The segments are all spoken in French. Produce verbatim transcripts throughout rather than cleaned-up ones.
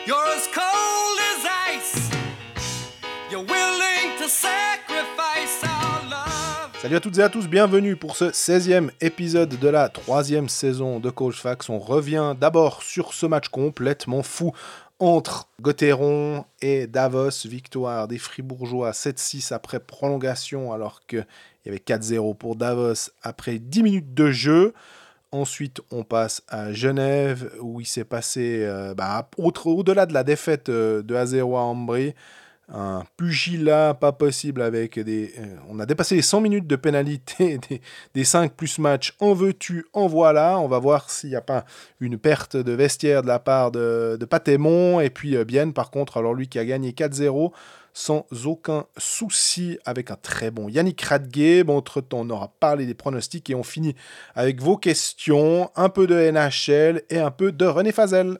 You're as cold as ice. You're willing to sacrifice our love. Salut à toutes et à tous, bienvenue pour ce seizième épisode de la troisième saison de Colfax. On revient d'abord sur ce match complètement fou entre Gauthieron et Davos. Victoire des Fribourgeois sept six après prolongation, alors qu'il y avait quatre zéro pour Davos après dix minutes de jeu. Ensuite, on passe à Genève, où il s'est passé, euh, bah, autre, au-delà de la défaite euh, de un zéro à Ambry, un pugilat pas possible avec des... Euh, on a dépassé les cent minutes de pénalité des, des cinq plus matchs. En veux-tu, en voilà. On va voir s'il n'y a pas une perte de vestiaire de la part de, de Patémon. Et puis euh, Bienne, par contre, alors lui qui a gagné quatre zéro sans aucun souci, avec un très bon Yannick Radguet. Bon, entre-temps, on aura parlé des pronostics et on finit avec vos questions, un peu de N H L et un peu de René Fazel.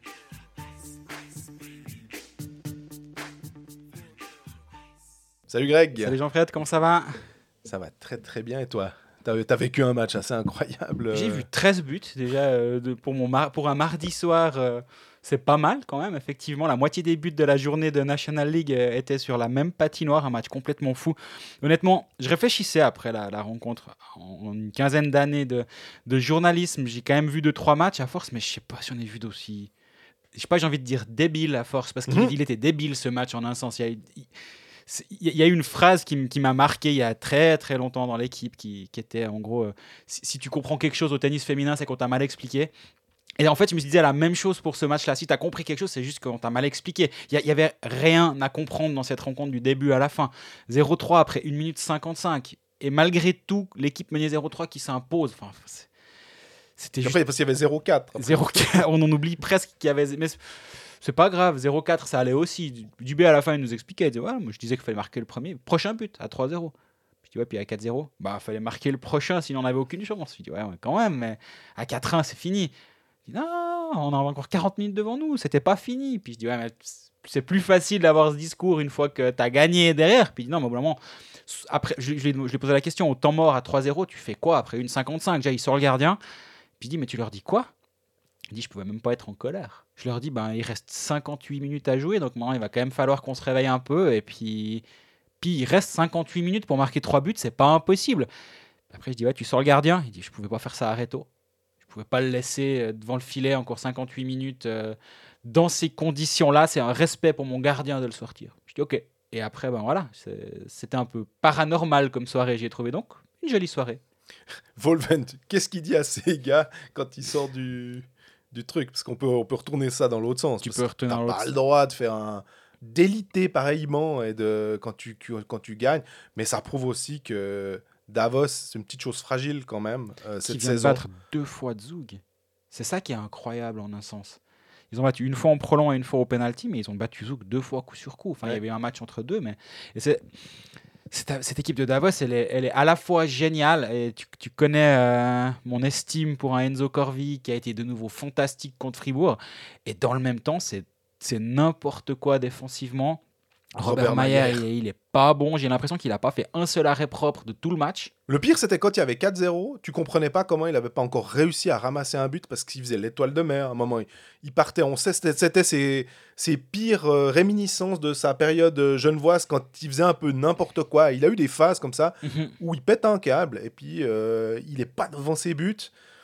Salut Greg. Salut Jean-Fred, comment ça va ? Ça va très très bien, et toi ? T'as, t'as vécu un match assez incroyable. J'ai vu treize buts déjà euh, de, pour, mon mar- pour un mardi soir. Euh, c'est pas mal quand même, effectivement. La moitié des buts de la journée de National League euh, étaient sur la même patinoire, un match complètement fou. Honnêtement, je réfléchissais après la, la rencontre. En, en une quinzaine d'années de, de journalisme, j'ai quand même vu deux trois matchs à force, mais je sais pas si on a vu d'aussi... Je sais pas, j'ai envie de dire débile à force, parce qu'il mmh. il était débile ce match en un sens. Il y a, il, Il y a eu une phrase qui, qui m'a marqué il y a très très longtemps dans l'équipe qui, qui était en gros euh, si, si tu comprends quelque chose au tennis féminin, c'est qu'on t'a mal expliqué. Et en fait, je me suis dit la même chose pour ce match-là. Si tu as compris quelque chose, c'est juste qu'on t'a mal expliqué. Il n'y avait rien à comprendre dans cette rencontre du début à la fin. zéro trois après une minute cinquante-cinq. Et malgré tout, l'équipe menait zéro trois qui s'impose. Enfin, c'est, c'était juste... Après, parce qu'il y avait zéro quatre. zéro quatre, on en oublie presque qu'il y avait... Mais c'est pas grave, zéro quatre, ça allait aussi. Dubé, à la fin, il nous expliquait. Il disait, ouais, moi, je disais qu'il fallait marquer le premier. Prochain but, à trois zéro. Puis, tu vois, puis à quatre zéro, bah, il fallait marquer le prochain, sinon on n'avait aucune chance. Je dis, ouais, ouais, quand même, mais à quatre un, c'est fini. Je dis, non, on a encore quarante minutes devant nous, c'était pas fini. Puis je dis, ouais, mais c'est plus facile d'avoir ce discours une fois que t'as gagné derrière. Puis non, mais vraiment, après, je, je, lui ai, je lui ai posé la question, au temps mort à trois zéro, tu fais quoi après une cinquante-cinq? Déjà, il sort le gardien. Puis il dit, mais tu leur dis quoi? Il dit, je pouvais même pas être en colère. Je leur dis, ben, il reste cinquante-huit minutes à jouer, donc maintenant, il va quand même falloir qu'on se réveille un peu. Et puis, puis il reste cinquante-huit minutes pour marquer trois buts, c'est pas impossible. Après, je dis, ouais, tu sors le gardien. Il dit, je pouvais pas faire ça à Reto. Je pouvais pas le laisser devant le filet encore cinquante-huit minutes. Euh, dans ces conditions-là, c'est un respect pour mon gardien de le sortir. Je dis, ok. Et après, ben voilà, c'est, c'était un peu paranormal comme soirée. J'ai trouvé donc une jolie soirée. Volvent, qu'est-ce qu'il dit à ces gars quand il sort du... du truc, parce qu'on peut, on peut retourner ça dans l'autre sens. Tu peux retourner dans l'autre pas sens. Le droit de faire un d'éliter pareillement et de quand tu quand tu gagnes, mais ça prouve aussi que Davos, c'est une petite chose fragile quand même euh, cette qui vient saison. De battre deux fois Zug. C'est ça qui est incroyable en un sens. Ils ont battu une fois en prolong et une fois au penalty, mais ils ont battu Zug deux fois coup sur coup. Enfin, ouais. Il y avait un match entre deux, mais et c'est Cette, cette équipe de Davos, elle est, elle est à la fois géniale, et tu, tu connais euh, mon estime pour un Enzo Corvi qui a été de nouveau fantastique contre Fribourg, et dans le même temps, c'est, c'est n'importe quoi défensivement. Robert, Robert Mayer, il, il est pas bon, j'ai l'impression qu'il n'a pas fait un seul arrêt propre de tout le match. Le pire, c'était quand il y avait quatre zéro, tu comprenais pas comment il n'avait pas encore réussi à ramasser un but parce qu'il faisait l'étoile de mer. À un moment, il, il partait, on sait, c'était, c'était ses, ses pires euh, réminiscences de sa période euh, genevoise quand il faisait un peu n'importe quoi. Il a eu des phases comme ça mm-hmm. où il pète un câble et puis euh, il n'est pas devant ses buts.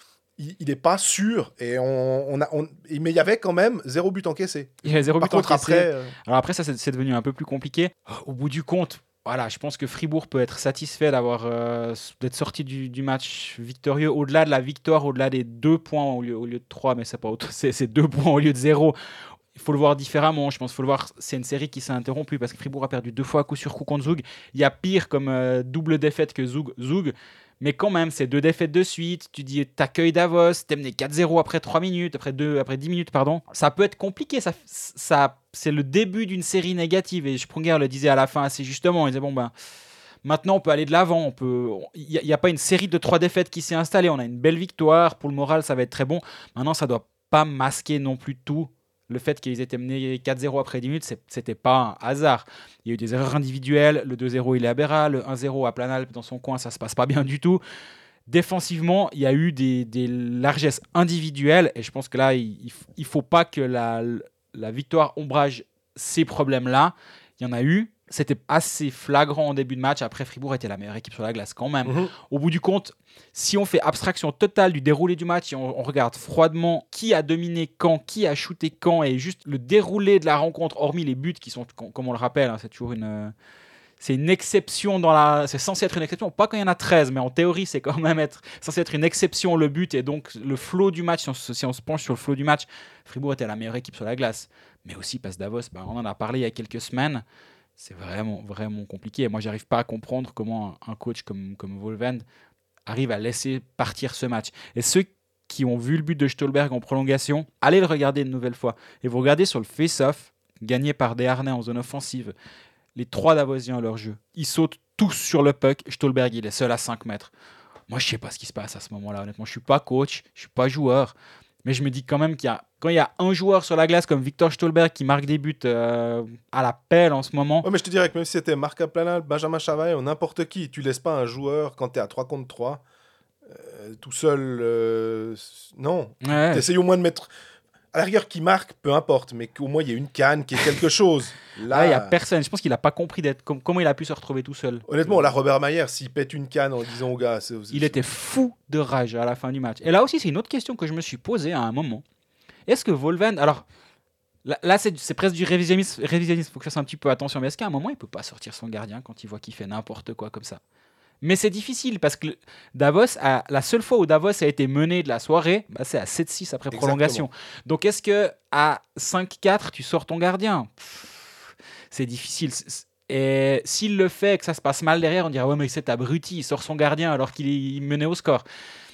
Il n'est pas sûr, et on, on a, on, mais il y avait quand même zéro but encaissé. Il y avait zéro Par but contre, encaissé. Après, euh... Alors après, ça, c'est, c'est devenu un peu plus compliqué. Au bout du compte, voilà, je pense que Fribourg peut être satisfait d'avoir, euh, d'être sorti du, du match victorieux, au-delà de la victoire, au-delà des deux points au lieu, au lieu de trois, mais c'est, pas autre, c'est, c'est deux points au lieu de zéro. Il faut le voir différemment, je pense qu'il faut le voir, c'est une série qui s'est interrompue parce que Fribourg a perdu deux fois coup sur coup contre Zug. Il y a pire comme euh, double défaite que Zug. Zug. Mais quand même, c'est deux défaites de suite. Tu dis, t'accueilles Davos, t'es mené quatre zéro après trois minutes, après, deux, après dix minutes, pardon. Ça peut être compliqué. Ça, ça, c'est le début d'une série négative. Et Sprunger le disait à la fin assez justement. Il disait, bon ben, maintenant on peut aller de l'avant. On peut... Il n'y a, a pas une série de trois défaites qui s'est installée. On a une belle victoire. Pour le moral, ça va être très bon. Maintenant, ça ne doit pas masquer non plus tout. Le fait qu'ils étaient menés quatre zéro après dix minutes, c'est, c'était pas un hasard. Il y a eu des erreurs individuelles. Le deux zéro, il est aberrant. Le un zéro à Planalp dans son coin, ça se passe pas bien du tout. Défensivement, il y a eu des, des largesses individuelles. Et je pense que là, il ne faut pas que la, la victoire ombrage ces problèmes-là. Il y en a eu. C'était assez flagrant en début de match. Après, Fribourg était la meilleure équipe sur la glace quand même. Mhm. Au bout du compte, si on fait abstraction totale du déroulé du match et on, on regarde froidement qui a dominé quand, qui a shooté quand et juste le déroulé de la rencontre, hormis les buts qui sont, comme on le rappelle, hein, c'est toujours une... C'est une exception dans la... C'est censé être une exception, pas quand il y en a treize, mais en théorie, c'est quand même être... censé être une exception le but. Et donc, le flow du match, si on, se... si on se penche sur le flow du match, Fribourg était la meilleure équipe sur la glace. Mais aussi parce que Davos, bah, on en a parlé il y a quelques semaines, c'est vraiment, vraiment compliqué. Et moi, j'arrive pas à comprendre comment un coach comme, comme Volvend arrive à laisser partir ce match. Et ceux qui ont vu le but de Stolberg en prolongation, allez le regarder une nouvelle fois. Et vous regardez sur le face-off, gagné par Desharnais en zone offensive, les trois Davosiens à leur jeu. Ils sautent tous sur le puck. Stolberg, il est seul à cinq mètres. Moi, je sais pas ce qui se passe à ce moment-là. Honnêtement, je suis pas coach, je suis pas joueur. Mais je me dis quand même qu'il y a, quand il y a un joueur sur la glace comme Victor Stolberg qui marque des buts euh, à la pelle en ce moment. Ouais, mais je te dirais que même si c'était Marc Kaplanal, Benjamin Chavaille ou n'importe qui, tu laisses pas un joueur quand tu es à trois contre trois, euh, tout seul. Euh, non. Ouais. T'essayes au moins de mettre. À la rigueur, qui marque, peu importe, mais qu'au moins il y ait une canne, qu'il y ait quelque chose. Là, il n'y a personne. Je pense qu'il n'a pas compris d'être, com- comment il a pu se retrouver tout seul. Honnêtement, là, Robert Mayer, s'il pète une canne en disant au gars. C'est, c'est, Il était fou de rage à la fin du match. Et là aussi, c'est une autre question que je me suis posée à un moment. Est-ce que Volvend. Alors, là, là c'est, c'est presque du révisionnisme. Il faut que je fasse un petit peu attention. Mais est-ce qu'à un moment, il ne peut pas sortir son gardien quand il voit qu'il fait n'importe quoi comme ça ? Mais c'est difficile parce que Davos, a, la seule fois où Davos a été mené de la soirée, bah c'est à sept six après prolongation. Exactement. Donc est-ce qu'à cinq quatre, tu sors ton gardien ? Pff, c'est difficile. Et s'il le fait et que ça se passe mal derrière, on dirait « Ouais, mais cet abruti, il sort son gardien alors qu'il est mené au score. »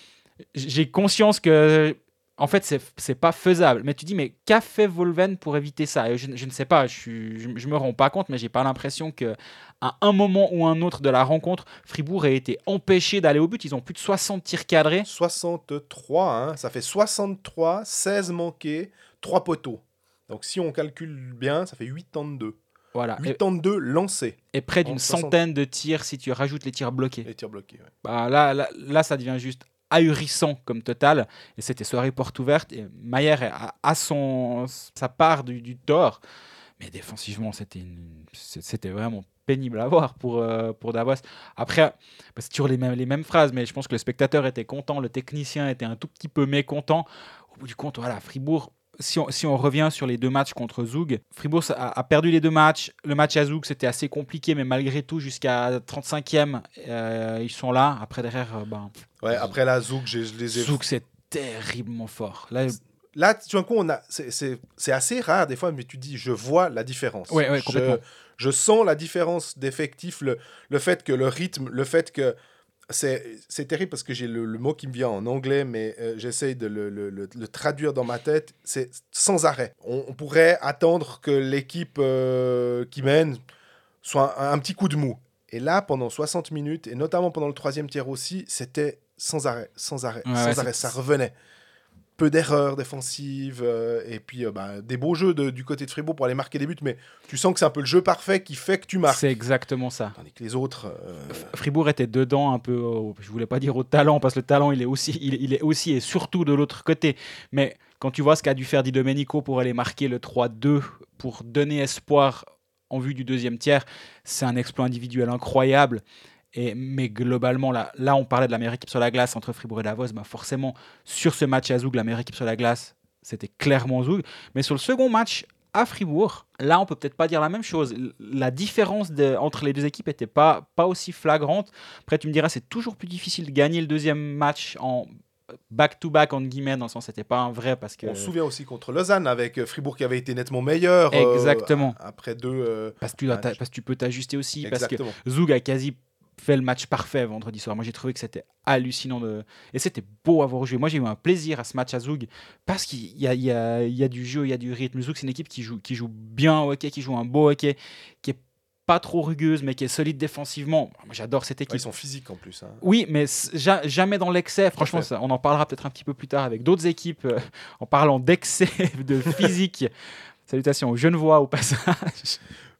J'ai conscience que... En fait, c'est, c'est pas faisable. Mais tu dis, mais qu'a fait Volvend pour éviter ça ? Et je, je ne sais pas, je, suis, je, je me rends pas compte, mais j'ai pas l'impression qu'à un moment ou un autre de la rencontre, Fribourg ait été empêché d'aller au but. Ils ont plus de soixante tirs cadrés. soixante-trois, hein, ça fait soixante-trois, seize manqués, trois poteaux. Donc si on calcule bien, ça fait quatre-vingt-deux. Voilà. quatre-vingt-deux lancés. Et près d'une centaine de tirs si tu rajoutes les tirs bloqués. Les tirs bloqués, ouais. Bah, là, là, là, ça devient juste ahurissant comme total, et c'était soirée porte ouverte, et Mayer a, a son, sa part du, du tort, mais défensivement c'était, une, c'était vraiment pénible à voir pour, euh, pour Davos. Après, bah, c'est toujours les mêmes, les mêmes phrases, mais je pense que le spectateur était content, le technicien était un tout petit peu mécontent. Au bout du compte, voilà, Fribourg, si on, si on revient sur les deux matchs contre Zug, Fribourg a, a perdu les deux matchs. Le match à Zug, c'était assez compliqué, mais malgré tout, jusqu'à trente-cinquième, euh, ils sont là. Après, derrière, euh, ben, ouais, après la Zug, je, je les ai... Zug, c'est terriblement fort. Là, là tout d'un coup, on a... c'est, c'est, c'est assez rare des fois, mais tu dis, je vois la différence. Ouais, ouais, complètement. Je, je sens la différence d'effectif, le, le fait que le rythme, le fait que... C'est, c'est terrible parce que j'ai le, le mot qui me vient en anglais, mais euh, j'essaye de le, le, le, le traduire dans ma tête. C'est sans arrêt. On, on pourrait attendre que l'équipe euh, qui mène soit un, un petit coup de mou. Et là, pendant soixante minutes, et notamment pendant le troisième tiers aussi, c'était sans arrêt, sans arrêt, ouais, sans ouais, arrêt. c'est... Ça revenait. Peu d'erreurs défensives, euh, et puis euh, bah, des beaux jeux de, du côté de Fribourg pour aller marquer des buts, mais tu sens que c'est un peu le jeu parfait qui fait que tu marques. C'est exactement ça. Tandis que les autres... Euh... Fribourg était dedans un peu, au, je voulais pas dire au talent, parce que le talent, il est aussi, il, il est aussi et surtout de l'autre côté. Mais quand tu vois ce qu'a dû faire Di Domenico pour aller marquer le trois deux, pour donner espoir en vue du deuxième tiers, c'est un exploit individuel incroyable. Et, mais globalement, là, là, on parlait de la meilleure équipe sur la glace entre Fribourg et Davos. Bah forcément, sur ce match à Zug, la meilleure équipe sur la glace, c'était clairement Zug. Mais sur le second match à Fribourg, là, on peut peut-être pas dire la même chose. La différence de, entre les deux équipes n'était pas, pas aussi flagrante. Après, tu me diras, c'est toujours plus difficile de gagner le deuxième match en back-to-back, entre guillemets, dans le sens c'était pas un vrai parce que... On se souvient aussi contre Lausanne avec Fribourg qui avait été nettement meilleur. Exactement. Euh, après deux... Euh, parce, que tu dois, parce que tu peux t'ajuster aussi. Exactement. Parce que Zug a quasi fait le match parfait vendredi soir. Moi, j'ai trouvé que c'était hallucinant. De... Et c'était beau à voir jouer. Moi, j'ai eu un plaisir à ce match à Zug parce qu'il y a, il y a, il y a du jeu, il y a du rythme. Zug, c'est une équipe qui joue, qui joue bien au hockey, qui joue un beau hockey, qui est pas trop rugueuse, mais qui est solide défensivement. Moi, j'adore cette équipe. Ouais, ils sont physiques en plus. Hein. Oui, mais ja- jamais dans l'excès. Franchement, ça, on en parlera peut-être un petit peu plus tard avec d'autres équipes euh, en parlant d'excès de physique. Salutations aux Genevois au passage.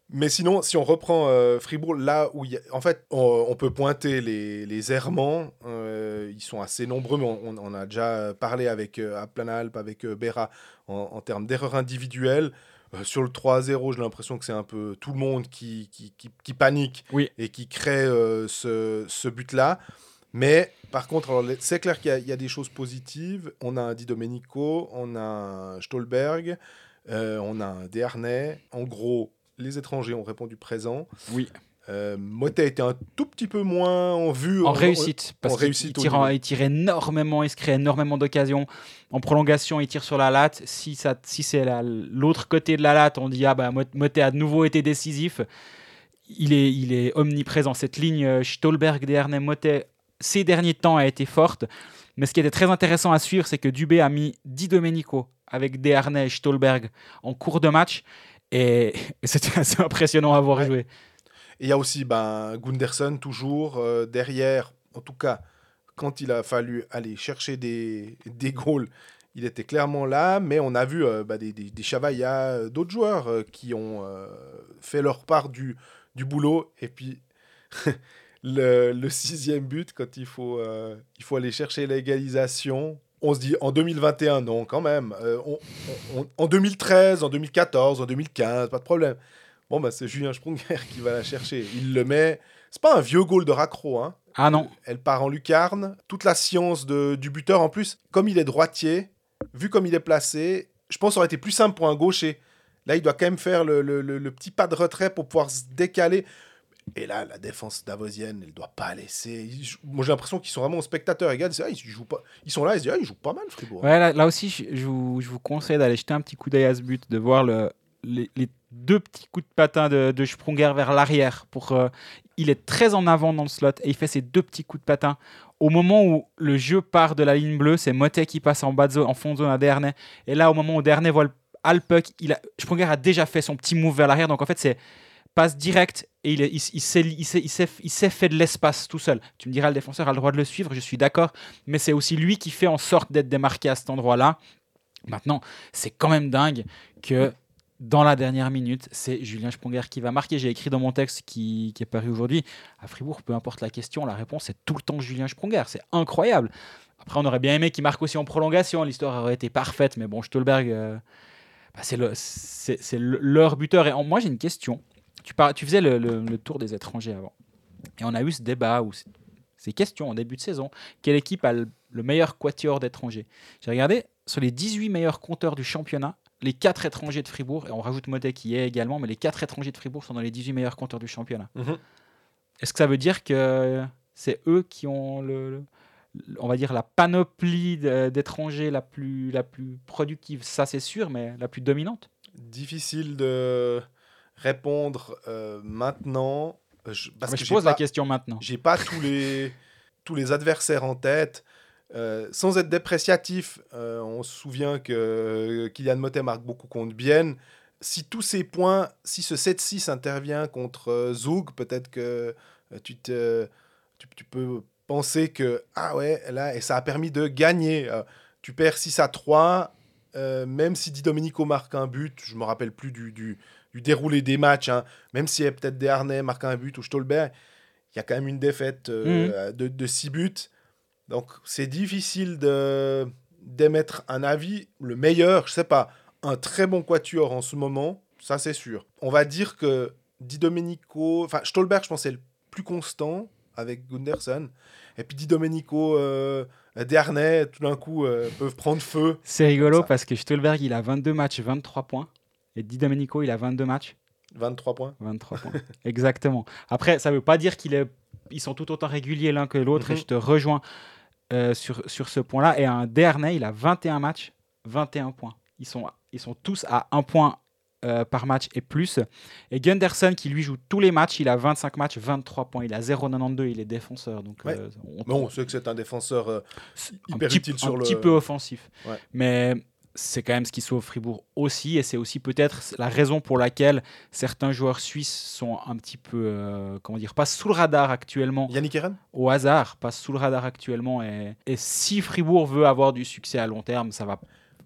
Mais sinon, si on reprend euh, Fribourg, là où il y a... En fait, on, on peut pointer les, les errements. Euh, ils sont assez nombreux, mais on, on a déjà parlé avec euh, à Planalp, avec euh, Béra, en, en termes d'erreurs individuelles. Euh, sur le trois à zéro, j'ai l'impression que c'est un peu tout le monde qui, qui, qui, qui panique Oui. et qui crée euh, ce, ce but-là. Mais par contre, alors, c'est clair qu'il y a, il y a des choses positives. On a un Di Domenico, on a un Stolberg, euh, on a un Desharnais. En gros, les étrangers ont répondu présent. Oui. Euh, Motet était un tout petit peu moins en vue. En en, réussite, en, parce en qu'il réussite il tire, en- il tire énormément, il se crée énormément d'occasions. En prolongation, il tire sur la latte. Si, ça, si c'est la- l'autre côté de la latte, on dit ah bah Mot- Motet a de nouveau été décisif. Il est, il est omniprésent. Cette ligne euh, Stolberg, Desharnais, Motet, ces derniers temps a été forte. Mais ce qui était très intéressant à suivre, c'est que Dubé a mis Di Domenico avec Desharnais et Stolberg en cours de match. Et, et c'était assez impressionnant à voir Ouais. jouer. Et il y a aussi ben, Gunderson, toujours euh, derrière. En tout cas, quand il a fallu aller chercher des, des goals, il était clairement là. Mais on a vu euh, bah, des, des, des Chavaya, d'autres joueurs euh, qui ont euh, fait leur part du, du boulot. Et puis, le, le sixième but, quand il faut, euh, il faut aller chercher l'égalisation, on se dit en deux mille vingt et un, non, quand même. Euh, on, on- on- en deux mille treize, en deux mille quatorze, en deux mille quinze, pas de problème. Bon, bah, c'est Julien Sprunger qui va la chercher. Il le met. C'est pas un vieux goal de raccro, hein. Ah non. Elle part en lucarne. Toute la science de, du buteur, en plus, comme il est droitier, vu comme il est placé, je pense que ça aurait été plus simple pour un gaucher. Là, il doit quand même faire le, le- le- le petit pas de retrait pour pouvoir se décaler. Et là, la défense davosienne, elle ne doit pas laisser. Ils jouent- Moi, j'ai l'impression qu'ils sont vraiment spectateurs. Regarde, ils, ah, ils, jouent pas... ils sont là, ils se disent ah, ils jouent pas mal, Fribourg. Ouais, là, là aussi, je, je vous, je vous conseille d'aller jeter un petit coup d'œil à ce but, de voir le, les, les deux petits coups de patin de, de Sprunger vers l'arrière. Pour, euh, il est très en avant dans le slot et il fait ces deux petits coups de patin. Au moment où le jeu part de la ligne bleue, c'est Motet qui passe en, bas de zone, en fond de zone à Desharnais. Et là, au moment où Desharnais voit le, a le puck, il a, Sprunger a déjà fait son petit move vers l'arrière. Donc en fait, c'est passe direct et il, est- il, il, s'est, il, s'est, il, s'est, il s'est fait de l'espace tout seul. Tu me diras, le défenseur a le droit de le suivre, je suis d'accord, mais c'est aussi lui qui fait en sorte d'être démarqué à cet endroit-là. Maintenant, c'est quand même dingue que dans la dernière minute, c'est Julien Sprunger qui va marquer. J'ai écrit dans mon texte qui, qui est paru aujourd'hui, à Fribourg, peu importe la question, la réponse est tout le temps Julien Sprunger. C'est incroyable. Après, on aurait bien aimé qu'il marque aussi en prolongation. L'histoire aurait été parfaite, mais bon, Stolberg, euh, bah, c'est, le, c'est, c'est le- leur buteur. Et en- moi, j'ai une question. Tu, par- tu faisais le, le- le tour des étrangers avant. Et on a eu ce débat, ou c- ces questions en début de saison. Quelle équipe a le, le meilleur quatuor d'étrangers? J'ai regardé sur les dix-huit meilleurs compteurs du championnat, les quatre étrangers de Fribourg, et on rajoute Motet qui y est également, mais les quatre étrangers de Fribourg sont dans les dix-huit meilleurs compteurs du championnat. Mhm. Est-ce que ça veut dire que c'est eux qui ont le, le- on va dire la panoplie de- d'étrangers la plus, la plus productive? Ça, c'est sûr, mais la plus dominante? Difficile de répondre euh, maintenant. euh, je- Parce Mais que je j'ai pose pas, la question maintenant. j'ai pas tous les, tous les adversaires en tête. Euh, sans être dépréciatif, euh, on se souvient que euh, Kylian Motet marque beaucoup contre Bienne. Si tous ces points, si ce sept six intervient contre euh, Zug, peut-être que euh, tu, te, tu, tu peux penser que, ah ouais, là, et ça a permis de gagner. Euh, tu perds six à trois, euh, même si Di Domenico marque un but, je me rappelle plus du, du, du déroulé des matchs, hein, même si peut-être Desharnais marque un but ou Stolberg, il y a quand même une défaite euh, de, de six buts. Donc, c'est difficile de, d'émettre un avis. Le meilleur, je sais pas, un très bon quatuor en ce moment, ça c'est sûr. On va dire que Di Domenico, enfin Stolberg, je pense, c'est le plus constant avec Gunderson. Et puis Di Domenico, euh, Desharnais, tout d'un coup, euh, peuvent prendre feu. C'est rigolo Comme ça. parce que Stolberg, il a vingt-deux matchs, vingt-trois points. Et Di Domenico, il a vingt-deux matchs, vingt-trois points. vingt-trois points. Exactement. Après, ça ne veut pas dire qu'ils ils sont tout autant réguliers l'un que l'autre. Mhm. Et je te rejoins euh, sur, sur ce point-là. Et un Desharnais, il a vingt et un matchs, vingt et un points. Ils sont, ils sont tous à un point euh, par match et plus. Et Gunderson, qui lui joue tous les matchs, il a vingt-cinq matchs, vingt-trois points. Il a zéro virgule quatre-vingt-douze, il est défenseur. Donc, Ouais. euh, on, Mais on sait que c'est un défenseur euh, un hyper petit, utile un sur le... petit peu offensif. Ouais. Mais c'est quand même ce qui sauve Fribourg aussi. Et c'est aussi peut-être la raison pour laquelle certains joueurs suisses sont un petit peu, euh, comment dire, pas sous le radar actuellement. Yannick Eren Au hasard, pas sous le radar actuellement. Et, et si Fribourg veut avoir du succès à long terme, ça va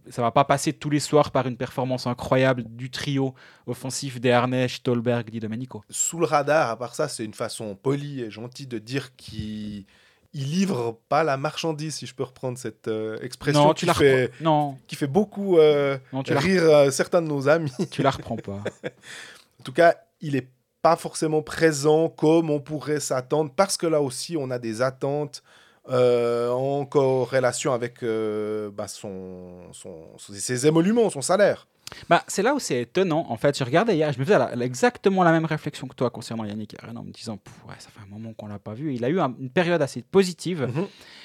ça va pas passer tous les soirs par une performance incroyable du trio offensif des Harnais, Stolberg, Di Domenico. Sous le radar, à part ça, c'est une façon polie et gentille de dire qu'il il livre pas la marchandise, si je peux reprendre cette euh, expression Non, qui, tu la fait, reprends. Non, qui fait beaucoup euh, non, tu la, rire euh, certains de nos amis. tu la reprends pas. En tout cas, il est pas forcément présent comme on pourrait s'attendre, parce que là aussi, on a des attentes euh, en corrélation avec euh, bah, son, son, ses émoluments, son salaire. Bah, c'est là où c'est étonnant. En fait, je regardais hier, je me faisais la- la- exactement la même réflexion que toi concernant Yannick Herren en me disant, Pouf, ouais, ça fait un moment qu'on l'a pas vu. Il a eu un- une période assez positive Mhm.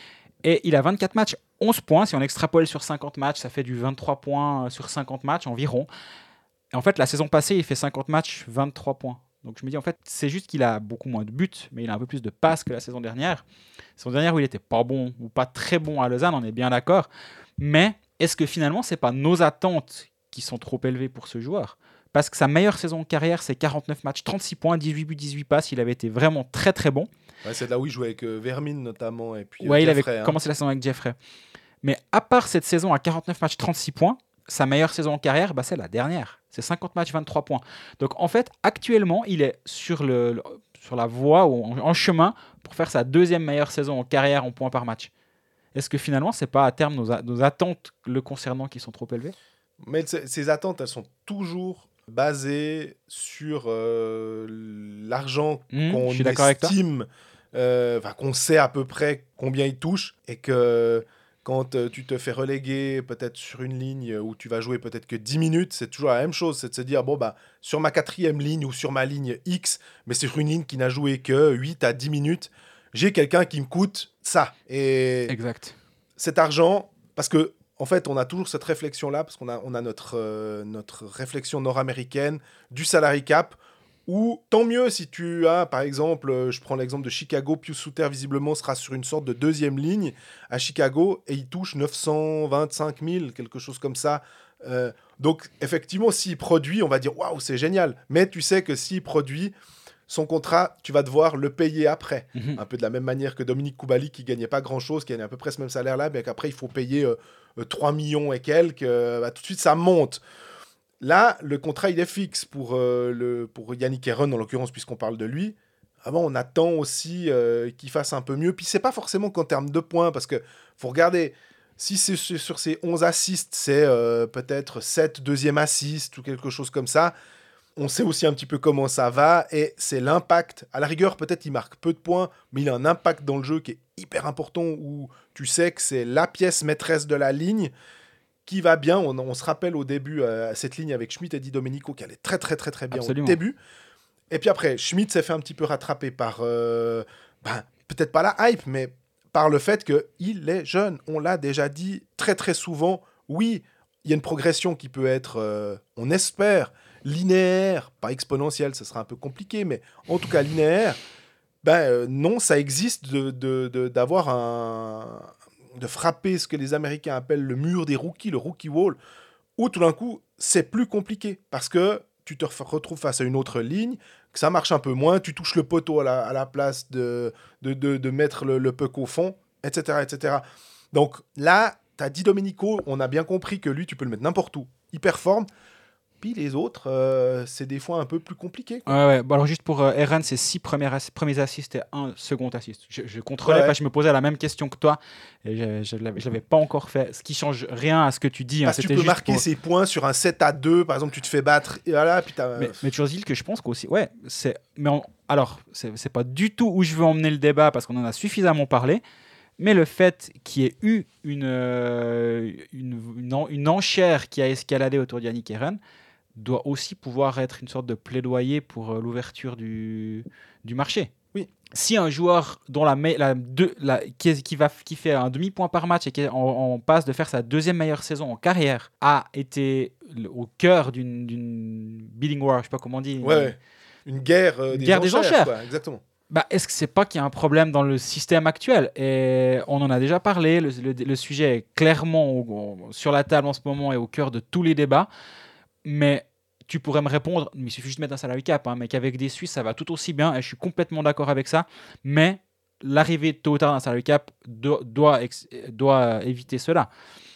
et il a vingt-quatre matchs, onze points. Si on extrapole sur cinquante matchs, ça fait du vingt-trois points sur cinquante matchs environ. Et en fait, la saison passée, il fait cinquante matchs, vingt-trois points. Donc je me dis, en fait, c'est juste qu'il a beaucoup moins de buts, mais il a un peu plus de passes que la saison dernière. La saison dernière où il était pas bon ou pas très bon à Lausanne, on est bien d'accord. Mais est-ce que finalement, c'est pas nos attentes qui sont trop élevées pour ce joueur? Parce que sa meilleure saison en carrière, c'est quarante-neuf matchs, trente-six points, dix-huit buts, dix-huit passes. Il avait été vraiment très très bon. Ouais, c'est là où il jouait avec euh, Vermin notamment, et puis euh, Ouais, il Jeffrey, avait hein. commencé la saison avec Jeffrey. Mais à part cette saison à quarante-neuf matchs, trente-six points, sa meilleure saison en carrière, bah, c'est la dernière. C'est cinquante matchs, vingt-trois points. Donc en fait, actuellement, il est sur, le, le- sur la voie ou en, en chemin pour faire sa deuxième meilleure saison en carrière en points par match. Est-ce que finalement, c'est pas à terme nos, a- nos attentes le concernant qui sont trop élevées? Mais c- ces attentes, elles sont toujours basées sur euh, l'argent Mmh, qu'on je suis d'accord avec toi. estime, euh, enfin, qu'on sait à peu près combien il touche, et que quand euh, tu te fais reléguer peut-être sur une ligne où tu vas jouer peut-être que dix minutes, c'est toujours la même chose, c'est de se dire, bon, bah, sur ma quatrième ligne ou sur ma ligne X, mais sur une ligne qui n'a joué que huit à dix minutes, j'ai quelqu'un qui me coûte ça. Et Exact. cet argent, parce que en fait, on a toujours cette réflexion-là, parce qu'on a, on a notre, euh, notre réflexion nord-américaine du salary cap, où tant mieux si tu as, par exemple, euh, je prends l'exemple de Chicago, Pius Suter visiblement sera sur une sorte de deuxième ligne à Chicago, et il touche neuf cent vingt-cinq mille, quelque chose comme ça. Euh, donc, effectivement, s'il produit, on va dire, waouh, c'est génial. Mais tu sais que s'il produit, son contrat, tu vas devoir le payer après. Mhm. Un peu de la même manière que Dominique Koubali, qui gagnait pas grand-chose, qui gagnait à peu près ce même salaire-là, mais qu'après, il faut payer euh, euh, trois millions et quelques. euh, bah, tout de suite, ça monte. Là, le contrat, il est fixe pour, euh, le, pour Yannick Herren, en l'occurrence, puisqu'on parle de lui. Avant, on attend aussi euh, qu'il fasse un peu mieux. Puis, c'est pas forcément qu'en termes de points, parce que faut regarder, si c'est sur sur ces onze assists, c'est euh, peut-être sept deuxième assists ou quelque chose comme ça. On sait aussi un petit peu comment ça va, et c'est l'impact. À la rigueur, peut-être il marque peu de points, mais il a un impact dans le jeu qui est hyper important, où tu sais que c'est la pièce maîtresse de la ligne qui va bien. On, on se rappelle au début, euh, cette ligne avec Schmidt et Di Domenico qui allait très très très très bien Absolument. au début. Et puis après, Schmidt s'est fait un petit peu rattraper par, euh, ben, peut-être pas la hype, mais par le fait qu'il est jeune. On l'a déjà dit très très souvent. Oui, il y a une progression qui peut être, euh, on espère, linéaire, pas exponentielle, ce sera un peu compliqué, mais en tout cas linéaire. Ben euh, non, ça existe de, de, de- d'avoir un... de frapper ce que les Américains appellent le mur des rookies, le rookie wall, où tout d'un coup, c'est plus compliqué, parce que tu te ref- retrouves face à une autre ligne, que ça marche un peu moins, tu touches le poteau à la, à la place de, de, de, de mettre le, le puck au fond, et cetera, et cetera. Donc là, tu as Di Domenico, on a bien compris que lui, tu peux le mettre n'importe où, il performe. Puis les autres, euh, c'est des fois un peu plus compliqué, quoi. Ouais, ouais. Bon, alors juste pour euh, Herren, c'est six premiers, assi- premiers assists et un second assist. Je, je contrôlais Ouais, ouais. parce que je me posais la même question que toi et je je l'avais, je l'avais pas encore fait. Ce qui change rien à ce que tu dis. Hein, Parce que tu c'était peux juste marquer pour- ses points sur un sept à deux, par exemple, tu te fais battre, et voilà, puis t'as... Mais, mais toujours est-il que je pense qu'aussi, ouais, c'est, mais on- alors c'est, c'est pas du tout où je veux emmener le débat parce qu'on en a suffisamment parlé. Mais le fait qu'il y ait eu une, euh, une, une, en- une enchère qui a escaladé autour de Yannick Herren doit aussi pouvoir être une sorte de plaidoyer pour euh, l'ouverture du, du marché. Oui. Si un joueur dont la, me- la, deux- la- qui, est- qui va, qui fait un demi-point par match et qui est en, en passe de faire sa deuxième meilleure saison en carrière a été le- au cœur d'une, d'une bidding war, je sais pas comment on dit. Ouais, ouais. Une guerre, euh, Une des, guerre des enchères, enchères. quoi, exactement. Bah, est-ce que c'est pas qu'il y a un problème dans le système actuel? Et on en a déjà parlé, le, le- le sujet est clairement au- au- sur la table en ce moment et au cœur de tous les débats. Mais tu pourrais me répondre, mais il suffit juste de mettre un salary cap, hein, mais qu'avec des Suisses, ça va tout aussi bien, et je suis complètement d'accord avec ça. Mais l'arrivée tôt ou tard d'un salary cap do- doit, ex- doit éviter cela.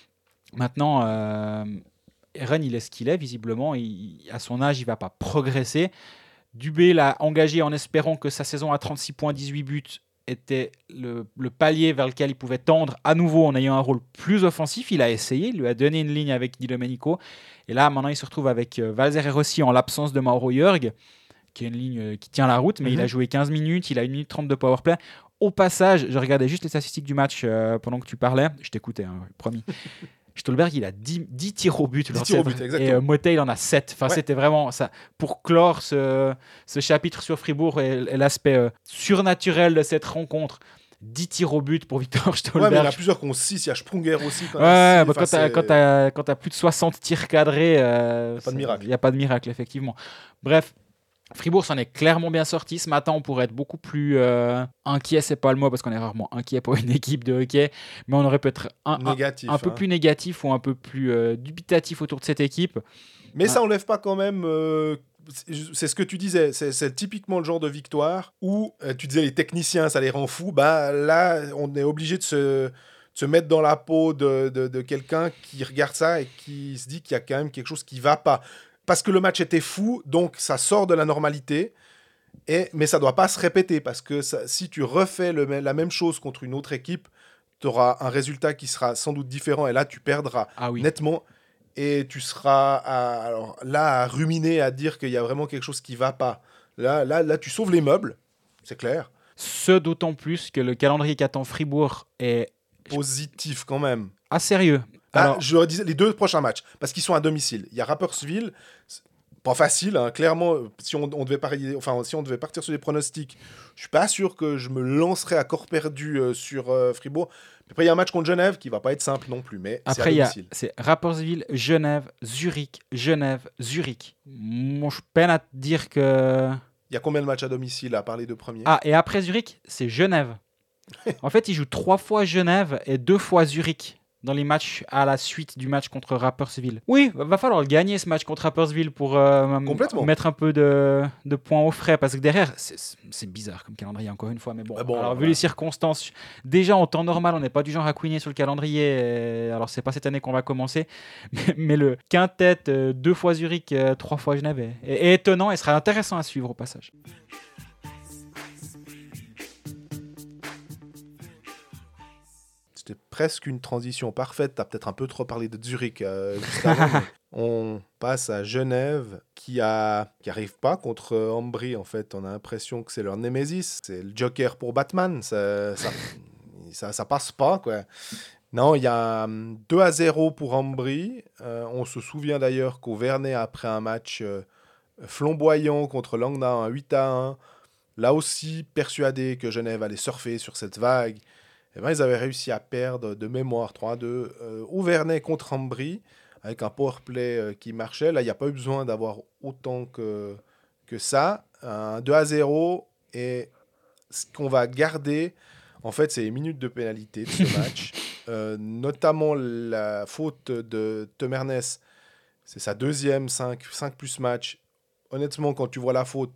Maintenant, euh, Eren, il est ce qu'il est, visiblement. Il, à son âge, il ne va pas progresser. Dubé l'a engagé en espérant que sa saison à trente-six points, dix-huit buts était le, le palier vers lequel il pouvait tendre à nouveau en ayant un rôle plus offensif. Il a essayé, il lui a donné une ligne avec Di Domenico. Et là, maintenant, il se retrouve avec euh, Valzer et Rossi en l'absence de Mauro Jörg, qui est une ligne euh, qui tient la route, mais mm-hmm. il a joué quinze minutes, il a une minute trente de powerplay. Au passage, je regardais juste les statistiques du match euh, pendant que tu parlais. Je t'écoutais, hein, promis. Stolberg, il a dix, dix tirs au but. dix tirs au but, exactement. Et euh, Motet, il en a sept. Enfin, ouais. C'était vraiment ça. Pour clore ce, ce chapitre sur Fribourg et, et l'aspect euh, surnaturel de cette rencontre, dix tirs au but pour Victor Stolberg. Ouais, mais il y en a plusieurs qui ont six. Il y a Sprunger aussi. Quand ouais, bah, quand tu as plus de soixante tirs cadrés, euh, il n'y a pas de miracle. Il n'y a pas de miracle, effectivement. Bref. Fribourg s'en est clairement bien sorti. Ce matin, on pourrait être beaucoup plus euh, inquiet, c'est pas le mot parce qu'on est rarement inquiet pour une équipe de hockey, mais on aurait peut-être un, négatif, un, un peu hein. plus négatif ou un peu plus euh, dubitatif autour de cette équipe. Mais ah. ça enlève pas quand même. Euh, c'est ce que tu disais, c'est, c'est typiquement le genre de victoire où euh, tu disais les techniciens, ça les rend fous. Bah là, on est obligé de se, de se mettre dans la peau de, de, de quelqu'un qui regarde ça et qui se dit qu'il y a quand même quelque chose qui va pas. Parce que le match était fou, donc ça sort de la normalité, et, mais ça ne doit pas se répéter, parce que ça, si tu refais le, la même chose contre une autre équipe, tu auras un résultat qui sera sans doute différent, et là tu perdras ah oui. nettement, et tu seras à, alors, là à ruminer, à dire qu'il y a vraiment quelque chose qui ne va pas. Là, là, là, tu sauves les meubles, c'est clair. Ce d'autant plus que le calendrier qu'attend Fribourg est... positif quand même. Ah, sérieux. Alors, ah, je leur disais les deux prochains matchs, parce qu'ils sont à domicile. Il y a Rapperswil, pas facile, hein, clairement. Si on, on devait parier, enfin, si on devait partir sur des pronostics, je suis pas sûr que je me lancerais à corps perdu euh, sur euh, Fribourg. Puis après, il y a un match contre Genève qui va pas être simple non plus, mais après, c'est à domicile. C'est Rapperswil, Genève, Zurich, Genève, Zurich. Moi, je peine à te dire que. Il y a combien de matchs à domicile à parler de premier ? Ah, et après Zurich, c'est Genève. En fait, ils jouent trois fois Genève et deux fois Zurich dans les matchs à la suite du match contre Rapperswil. Oui, va falloir le gagner ce match contre Rapperswil pour euh, mettre un peu de, de points au frais, parce que derrière, c'est, c'est bizarre comme calendrier encore une fois, mais bon, ah bon alors voilà. Vu les circonstances, déjà en temps normal, on n'est pas du genre à couiner sur le calendrier, et, alors c'est pas cette année qu'on va commencer, mais, mais le quintet, euh, deux fois Zurich, euh, trois fois Genève, est, est étonnant et sera intéressant à suivre au passage. C'était presque une transition parfaite. Tu as peut-être un peu trop parlé de Zurich euh, juste avant. On passe à Genève qui a qui arrive pas contre Ambry. En fait, on a l'impression que c'est leur némésis. C'est le Joker pour Batman. Ça, ça, ça, ça passe pas, quoi. Non, il y a deux à zéro pour Ambry. Euh, on se souvient d'ailleurs qu'au Vernet, après un match euh, flamboyant contre Langnau, un huit à un, là aussi persuadé que Genève allait surfer sur cette vague. Eh ben, ils avaient réussi à perdre de mémoire trois à deux euh, au Vernet contre Ambry, avec un powerplay euh, qui marchait. Là, il n'y a pas eu besoin d'avoir autant que, que ça. Un deux à zéro, et ce qu'on va garder, en fait, c'est les minutes de pénalité de ce match, euh, notamment la faute de Temernes. C'est sa deuxième cinq plus match. Honnêtement, quand tu vois la faute,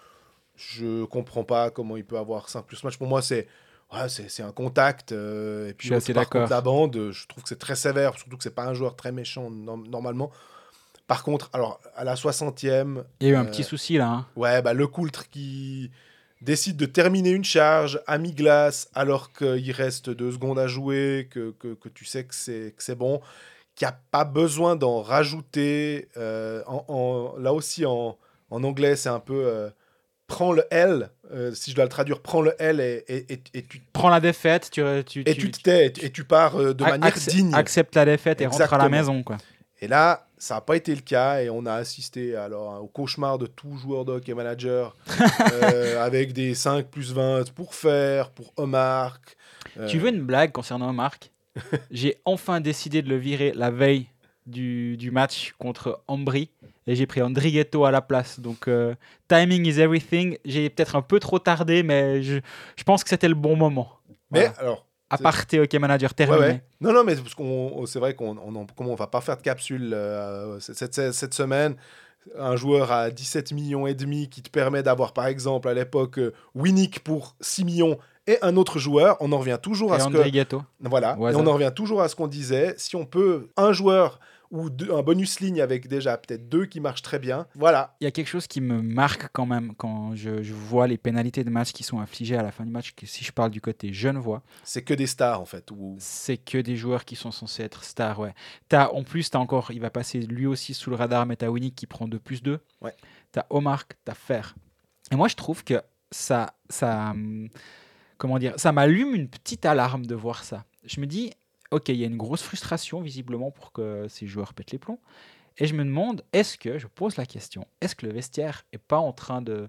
je ne comprends pas comment il peut avoir cinq plus match. Pour moi, c'est... Ouais, c'est, c'est un contact, euh, et puis je suis par d'accord. contre la bande, je trouve que c'est très sévère, surtout que c'est pas un joueur très méchant no- normalement. Par contre, alors à la soixantième, il y a eu un euh, petit souci là. Hein. Ouais, bah le Coultre qui décide de terminer une charge à mi-glace alors qu'il reste deux secondes à jouer, que, que, que tu sais que c'est, que c'est bon, qu'il n'y a pas besoin d'en rajouter. Euh, en, en, là aussi en, en anglais, c'est un peu euh, prends le L. Euh, si je dois le traduire, prends le L et, et, et, et tu prends la défaite, tu, tu, et tu, tu te tais et tu pars euh, de manière acc- digne. Accepte la défaite et Exactement. rentre à la maison, quoi. Et là, ça n'a pas été le cas et on a assisté alors au cauchemar de tout joueur de hockey manager euh, avec des cinq plus vingt pour faire, pour Omar. Euh... Tu veux une blague concernant Omar ? J'ai enfin décidé de le virer la veille du, du match contre Ambry. Et j'ai pris Andrighetto à la place. Donc, euh, timing is everything. J'ai peut-être un peu trop tardé, mais je, je pense que c'était le bon moment. Mais voilà. alors... Aparté hockey manager terminé. Ouais, ouais. Non, non, mais parce qu'on, c'est vrai qu'on on, on, on va pas faire de capsule euh, cette, cette, cette semaine. Un joueur à dix-sept millions et demi qui te permet d'avoir, par exemple, à l'époque, euh, Winnick pour six millions Et un autre joueur, on en revient toujours Et à ce André que... Gatto. Voilà, Au et hasard. on en revient toujours à ce qu'on disait. Si on peut, un joueur ou deux- un bonus ligne avec déjà peut-être deux qui marchent très bien, voilà. Il y a quelque chose qui me marque quand même quand je, je vois les pénalités de match qui sont infligées à la fin du match, que si je parle du côté genevois, C'est que des stars, en fait. Ou... c'est que des joueurs qui sont censés être stars. Ouais. T'as, en plus, t'as encore, il va passer lui aussi sous le radar, mais t'as Winnick qui prend deux plus deux. Ouais. T'as Omar, t'as Fer. Et moi, je trouve que ça, ça, hum, comment dire, ça m'allume une petite alarme de voir ça. Je me dis, ok, il y a une grosse frustration visiblement pour que ces joueurs pètent les plombs. Et je me demande, est-ce que, je pose la question, est-ce que le vestiaire est pas en train de,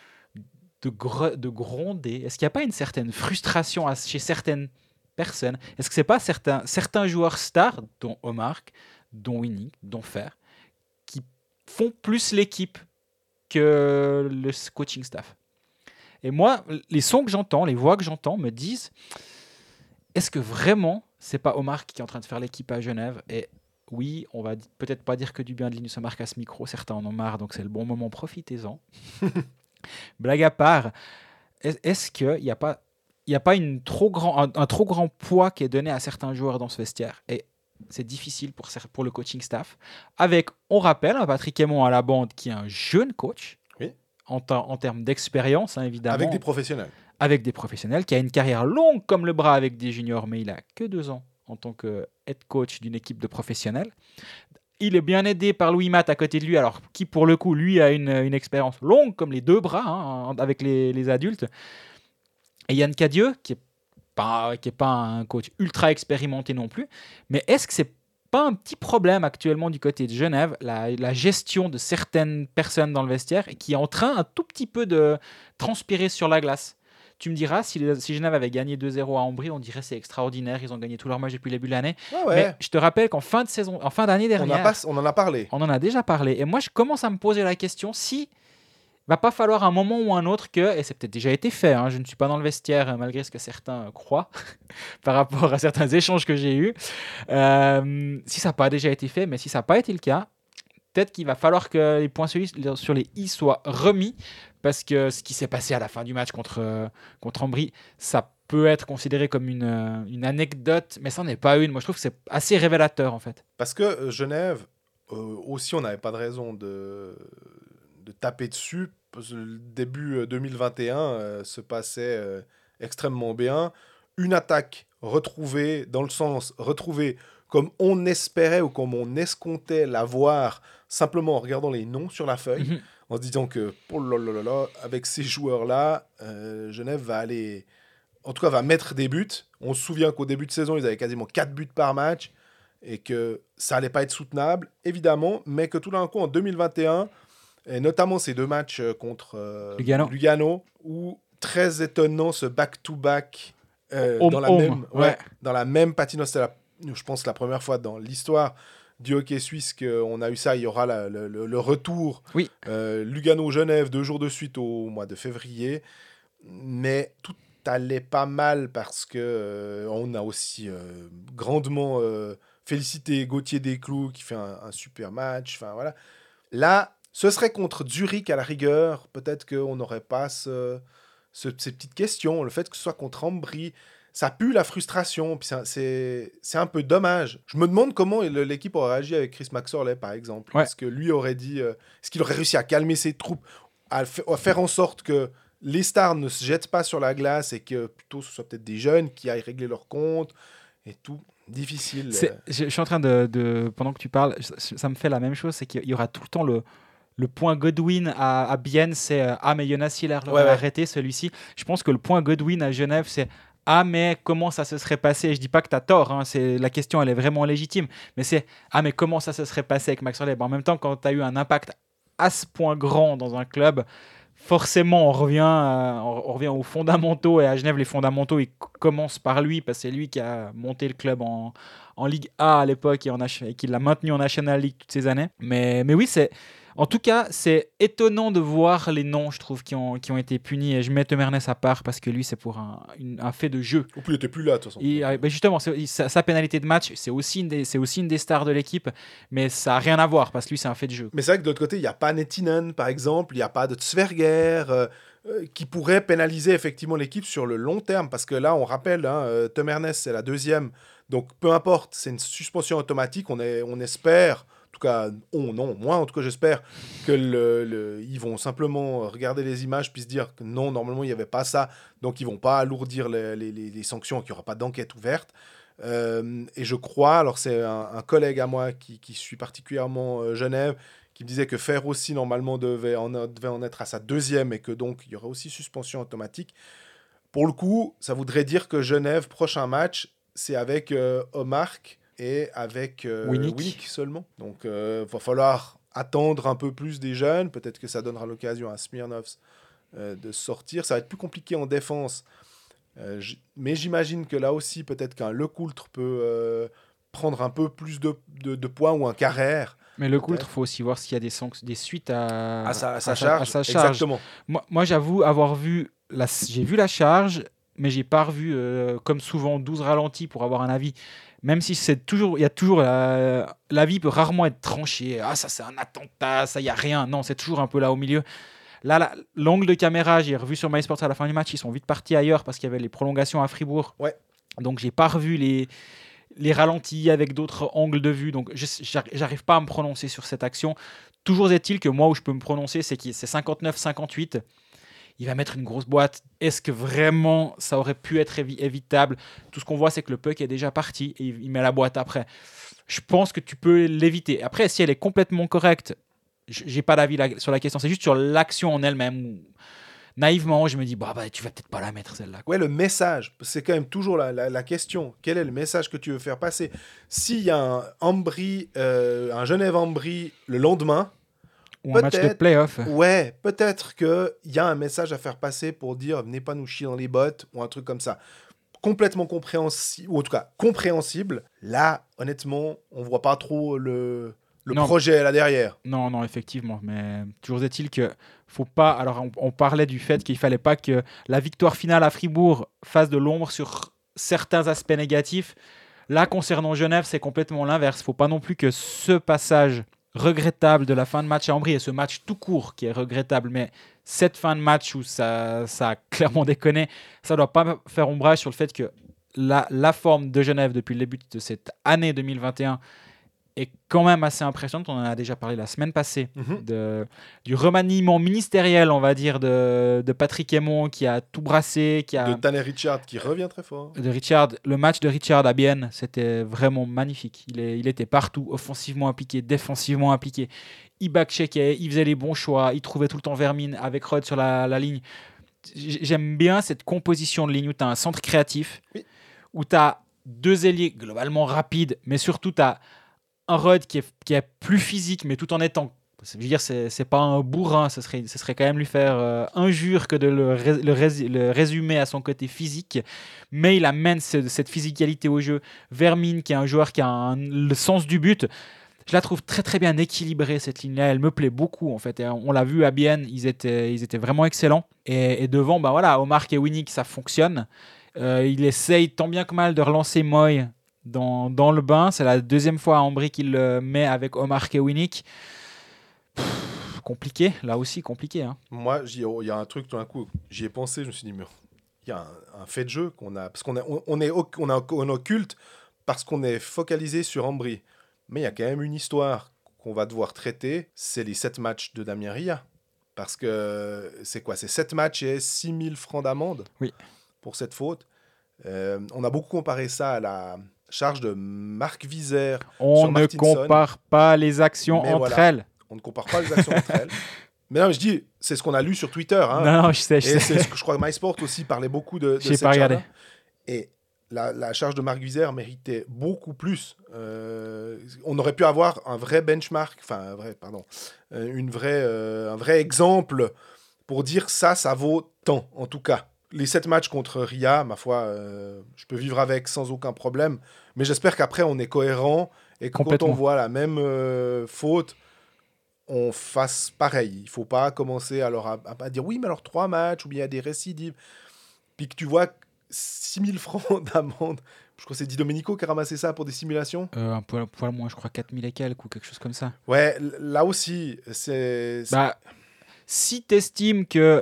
de, gre- de gronder? Est-ce qu'il n'y a pas une certaine frustration à- chez certaines personnes? Est-ce que c'est pas certains, certains joueurs stars, dont Omar, dont Winnick, dont Fer, qui font plus l'équipe que le s- coaching staff? Et moi, les sons que j'entends, les voix que j'entends me disent, est-ce que vraiment c'est pas Omar qui est en train de faire l'équipe à Genève? Et oui, on va di- peut-être pas dire que du bien de Linus Omar à ce micro, certains en ont marre, donc c'est le bon moment, profitez-en. Blague à part, est- est-ce qu'il n'y a pas, il y a pas une trop grand, un, un trop grand poids qui est donné à certains joueurs dans ce vestiaire? Et c'est difficile pour, cer- pour le coaching staff. Avec, on rappelle, un Patrick Aymon à la bande qui est un jeune coach, Oui. en, ter- en termes d'expérience, hein, évidemment. Avec des professionnels. Avec des professionnels, qui a une carrière longue comme le bras avec des juniors, mais il a que deux ans en tant que head coach d'une équipe de professionnels. Il est bien aidé par Louis Matt à côté de lui, alors qui pour le coup, lui, a une, une expérience longue comme les deux bras hein, avec les, les adultes. Et Yann Cadieux, qui est pas, qui est pas un coach ultra expérimenté non plus, mais est-ce que c'est pas un petit problème actuellement du côté de Genève, la, la gestion de certaines personnes dans le vestiaire, et qui est en train un tout petit peu de transpirer sur la glace? Tu me diras, si, les- si Genève avait gagné deux zéro à Ambry, on dirait c'est extraordinaire, ils ont gagné tous leurs matchs depuis le début de l'année. Ouais, ouais. Mais je te rappelle qu'en fin de saison, en fin d'année On, dernière, a pas- on en a parlé. on en a déjà parlé. Et moi, je commence à me poser la question si va pas falloir un moment ou un autre que, et c'est peut-être déjà été fait, hein, je ne suis pas dans le vestiaire euh, malgré ce que certains euh, croient par rapport à certains échanges que j'ai eus, euh, si ça n'a pas déjà été fait, mais si ça n'a pas été le cas, peut-être qu'il va falloir que les points sur les- sur les i soient remis, parce que ce qui s'est passé à la fin du match contre, euh, contre Ambry, ça peut être considéré comme une, euh, une anecdote, mais ça n'en est pas une. Moi, je trouve que c'est assez révélateur, en fait. Parce que euh, Genève, euh, aussi, on n'avait pas de raison de, de taper dessus. Parce que le début euh, deux mille vingt et un euh, se passait euh, extrêmement bien. Une attaque retrouvée, dans le sens retrouvée comme on espérait ou comme on escomptait l'avoir, simplement en regardant les noms sur la feuille, Mhm. en se disant que, oh là là là là, avec ces joueurs-là, euh, Genève va aller... En tout cas, va mettre des buts. On se souvient qu'au début de saison, ils avaient quasiment quatre buts par match et que ça allait pas être soutenable, évidemment, mais que tout d'un coup, en deux mille vingt et un, et notamment ces deux matchs euh, contre euh, Lugano. Lugano, où très étonnant ce back-to-back euh, Home, dans, la home, même, ouais, ouais. dans la même patinoire. C'était, la, je pense, la première fois dans l'histoire du hockey suisse qu'on a eu ça. Il y aura la- le, le- le retour Oui. euh, Lugano-Genève deux jours de suite au mois de février. Mais tout allait pas mal parce que euh, on a aussi euh, grandement euh, félicité Gauthier Desclous qui fait un, un super match. Enfin voilà. Là, ce serait contre Zurich à la rigueur. Peut-être qu'on n'aurait pas ce, ce- ces petites questions. Le fait que ce soit contre Ambry, ça pue la frustration. Puis c'est- c'est c'est un peu dommage. Je me demande comment le- l'équipe aurait réagi avec Chris Maxorley, par exemple. Ouais. Est-ce que lui aurait dit, euh, est-ce qu'il aurait réussi à calmer ses troupes, à, fa- à faire en sorte que les stars ne se jettent pas sur la glace et que plutôt ce soit peut-être des jeunes qui aillent régler leur compte et tout. Difficile. C'est- euh. Je, je suis en train de, de- pendant que tu parles, ça, ça me fait la même chose, c'est qu'il y aura tout le temps le, le point Godwin à, à Bienne, c'est euh, ah mais Jonas Hiller Ouais, l'aurait ouais. arrêté celui-ci. Je pense que le point Godwin à Genève, c'est ah mais comment ça se serait passé? Je dis pas que tu as tort, hein, c'est, la question elle est vraiment légitime, mais c'est ah mais comment ça se serait passé avec Max Orley? En même temps, quand tu as eu un impact à ce point grand dans un club, forcément on revient, euh, on on revient aux fondamentaux, et à Genève les fondamentaux ils c- commencent par lui parce que c'est lui qui a monté le club en, en Ligue A à l'époque et, en H- et qui l'a maintenu en National League toutes ces années. Mais, mais oui, c'est, en tout cas, c'est étonnant de voir les noms, je trouve, qui ont, qui ont été punis. Et je mets Temernes à part parce que lui, c'est pour un, une- un fait de jeu. Ou plus, il était plus là, de toute façon. Il- euh, ben justement, c'est- il- sa, sa pénalité de match, c'est aussi, une des, c'est aussi une des stars de l'équipe, mais ça n'a rien à voir parce que lui, c'est un fait de jeu. Mais c'est vrai que de l'autre côté, il n'y a pas Nettinen, par exemple, il n'y a pas de Tsverger. euh, euh, qui pourrait pénaliser effectivement l'équipe sur le long terme. Parce que là, on rappelle, hein, euh, Tom Ernest, c'est la deuxième. Donc, peu importe, c'est une suspension automatique. On, est, on espère, en tout cas, on, non, moi en tout cas, j'espère que le, le, ils vont simplement regarder les images puis se dire que non, normalement, il n'y avait pas ça. Donc, ils ne vont pas alourdir les, les, les, les sanctions, qu'il n'y aura pas d'enquête ouverte. Euh, et je crois, alors c'est un, un collègue à moi qui, qui suit particulièrement euh, Genève, qui me disait que Fer aussi, normalement, devait en, devait en être à sa deuxième et que donc, il y aurait aussi suspension automatique. Pour le coup, ça voudrait dire que Genève, prochain match, c'est avec euh, Omark et avec euh, Winnick. Winnick seulement. Donc, il euh, va falloir attendre un peu plus des jeunes. Peut-être que ça donnera l'occasion à Smirnov euh, de sortir. Ça va être plus compliqué en défense. Euh, j- mais j'imagine que là aussi, peut-être qu'un Lecoultre peut euh, prendre un peu plus de, de, de points ou un Carrère. Mais le Coultre, il faut aussi voir s'il y a des, sanc- des suites à, À sa, à sa à charge. à sa charge. Exactement. Moi, moi, j'avoue avoir vu la, j'ai vu la charge, mais j'ai pas revu, euh, comme souvent, douze ralentis pour avoir un avis. Même si c'est toujours, il y a toujours la- l'avis peut rarement être tranché. Ah, ça c'est un attentat, ça y a rien. Non, c'est toujours un peu là au milieu. Là, là, l'angle de caméra, j'ai revu sur MySports à la fin du match. Ils sont vite partis ailleurs parce qu'il y avait les prolongations à Fribourg. Ouais. Donc j'ai pas revu les les ralentis avec d'autres angles de vue. Donc je, j'arri- j'arrive pas à me prononcer sur cette action. Toujours est-il que moi où je peux me prononcer, c'est que c'est cinquante-neuf cinquante-huit. Il va mettre une grosse boîte. Est-ce que vraiment ça aurait pu être évi- évitable? Tout ce qu'on voit, c'est que le puck est déjà parti et il il met la boîte après. Je pense que tu peux l'éviter. Après, si elle est complètement correcte, j- j'ai pas d'avis là- sur la question. C'est juste sur l'action en elle-même. Où, naïvement, je me dis, bah, bah, tu vas peut-être pas la mettre celle-là. Ouais, le message, c'est quand même toujours la, la, la question. Quel est le message que tu veux faire passer? S'il y a un Ambry, euh, un Genève-Ambry le lendemain, Ou un match de peut-être- playoff. ouais, peut-être qu'il y a un message à faire passer pour dire venez pas nous chier dans les bottes ou un truc comme ça. Complètement compréhensible, ou en tout cas compréhensible. Là, honnêtement, on voit pas trop le, le Non. projet là derrière. Non, non, effectivement. Mais toujours est-il que faut pas. Alors, on, on parlait du fait qu'il fallait pas que la victoire finale à Fribourg fasse de l'ombre sur certains aspects négatifs. Là, concernant Genève, c'est complètement l'inverse. Faut pas non plus que ce passage regrettable de la fin de match à Ambry et ce match tout court qui est regrettable, mais cette fin de match où ça, ça a clairement déconné, ça doit pas faire ombrage sur le fait que la, la forme de Genève depuis le début de cette année deux mille vingt et un est quand même assez impressionnante. On en a déjà parlé la semaine passée Mhm. de, du remaniement ministériel, on va dire, de, de Patrick Aymon qui a tout brassé, qui a De Tanner Richard qui revient très fort. de Richard. Le match de Richard à Bienne, c'était vraiment magnifique. Il, est, il était partout, offensivement impliqué, défensivement impliqué. Il back-checkait, il faisait les bons choix, il trouvait tout le temps Vermine avec Rod sur la, la ligne. J- J'aime bien cette composition de ligne où tu as un centre créatif, Oui. où tu as deux ailiers globalement rapides, mais surtout tu as un Rod qui est, qui est plus physique, mais tout en étant. Je veux dire, c'est, c'est pas un bourrin, ce serait, ce serait quand même lui faire euh, injure que de le, ré- le, rés- le résumer à son côté physique, mais il amène ce- cette physicalité au jeu. Vermine, qui est un joueur qui a un- le sens du but, je la trouve très très bien équilibrée cette ligne-là, elle me plaît beaucoup en fait. Et on l'a vu à Bienne, ils étaient, ils étaient vraiment excellents. Et, et devant, bah voilà, Omar et Winnick, ça fonctionne. Euh, il essaye tant bien que mal de relancer Moy dans, dans le bain. C'est la deuxième fois à Ambry qu'il le met avec Omar et Winnick. Pff, compliqué, là aussi compliqué. Hein. Moi, j'y- il y a un truc, tout d'un coup, j'y ai pensé, je me suis dit, mais il y a un, un fait de jeu qu'on a. Parce qu'on a, on, on est, oc- on a, on occulte parce qu'on est focalisé sur Ambry. Mais il y a quand même une histoire qu'on va devoir traiter, c'est les sept matchs de Damien Ria. Parce que c'est quoi? C'est sept matchs et six mille francs d'amende Oui. pour cette faute. Euh, on a beaucoup comparé ça à la charge de Marc Vizère. On Sur ne Martinson. compare pas les actions Mais entre voilà. elles. On ne compare pas les actions entre elles. Mais non, mais je dis, c'est ce qu'on a lu sur Twitter. Hein. Non, non, je sais, je Et sais. c'est ce que je crois que MySport aussi parlait beaucoup de, de J'ai cette pas regardé. charge-là. Et la, la charge de Marc Vizère méritait beaucoup plus. Euh, on aurait pu avoir un vrai benchmark, enfin, un vrai, pardon, euh, une vraie, euh, un vrai exemple pour dire ça, ça vaut tant, en tout cas. Les sept matchs contre Ria, ma foi, euh, je peux vivre avec sans aucun problème. Mais j'espère qu'après, on est cohérent et que quand Complètement. on voit la même euh, faute, on fasse pareil. Il faut pas commencer alors à, à, à dire oui, mais alors trois matchs, ou bien il y a des récidives. Puis que tu vois six mille francs d'amende. Je crois que c'est Di Domenico qui a ramassé ça pour des simulations. Euh, un poil, poil moins, je crois quatre mille et quelques ou quelque chose comme ça. Ouais, l- là aussi, c'est. c'est- Bah, si tu estimes que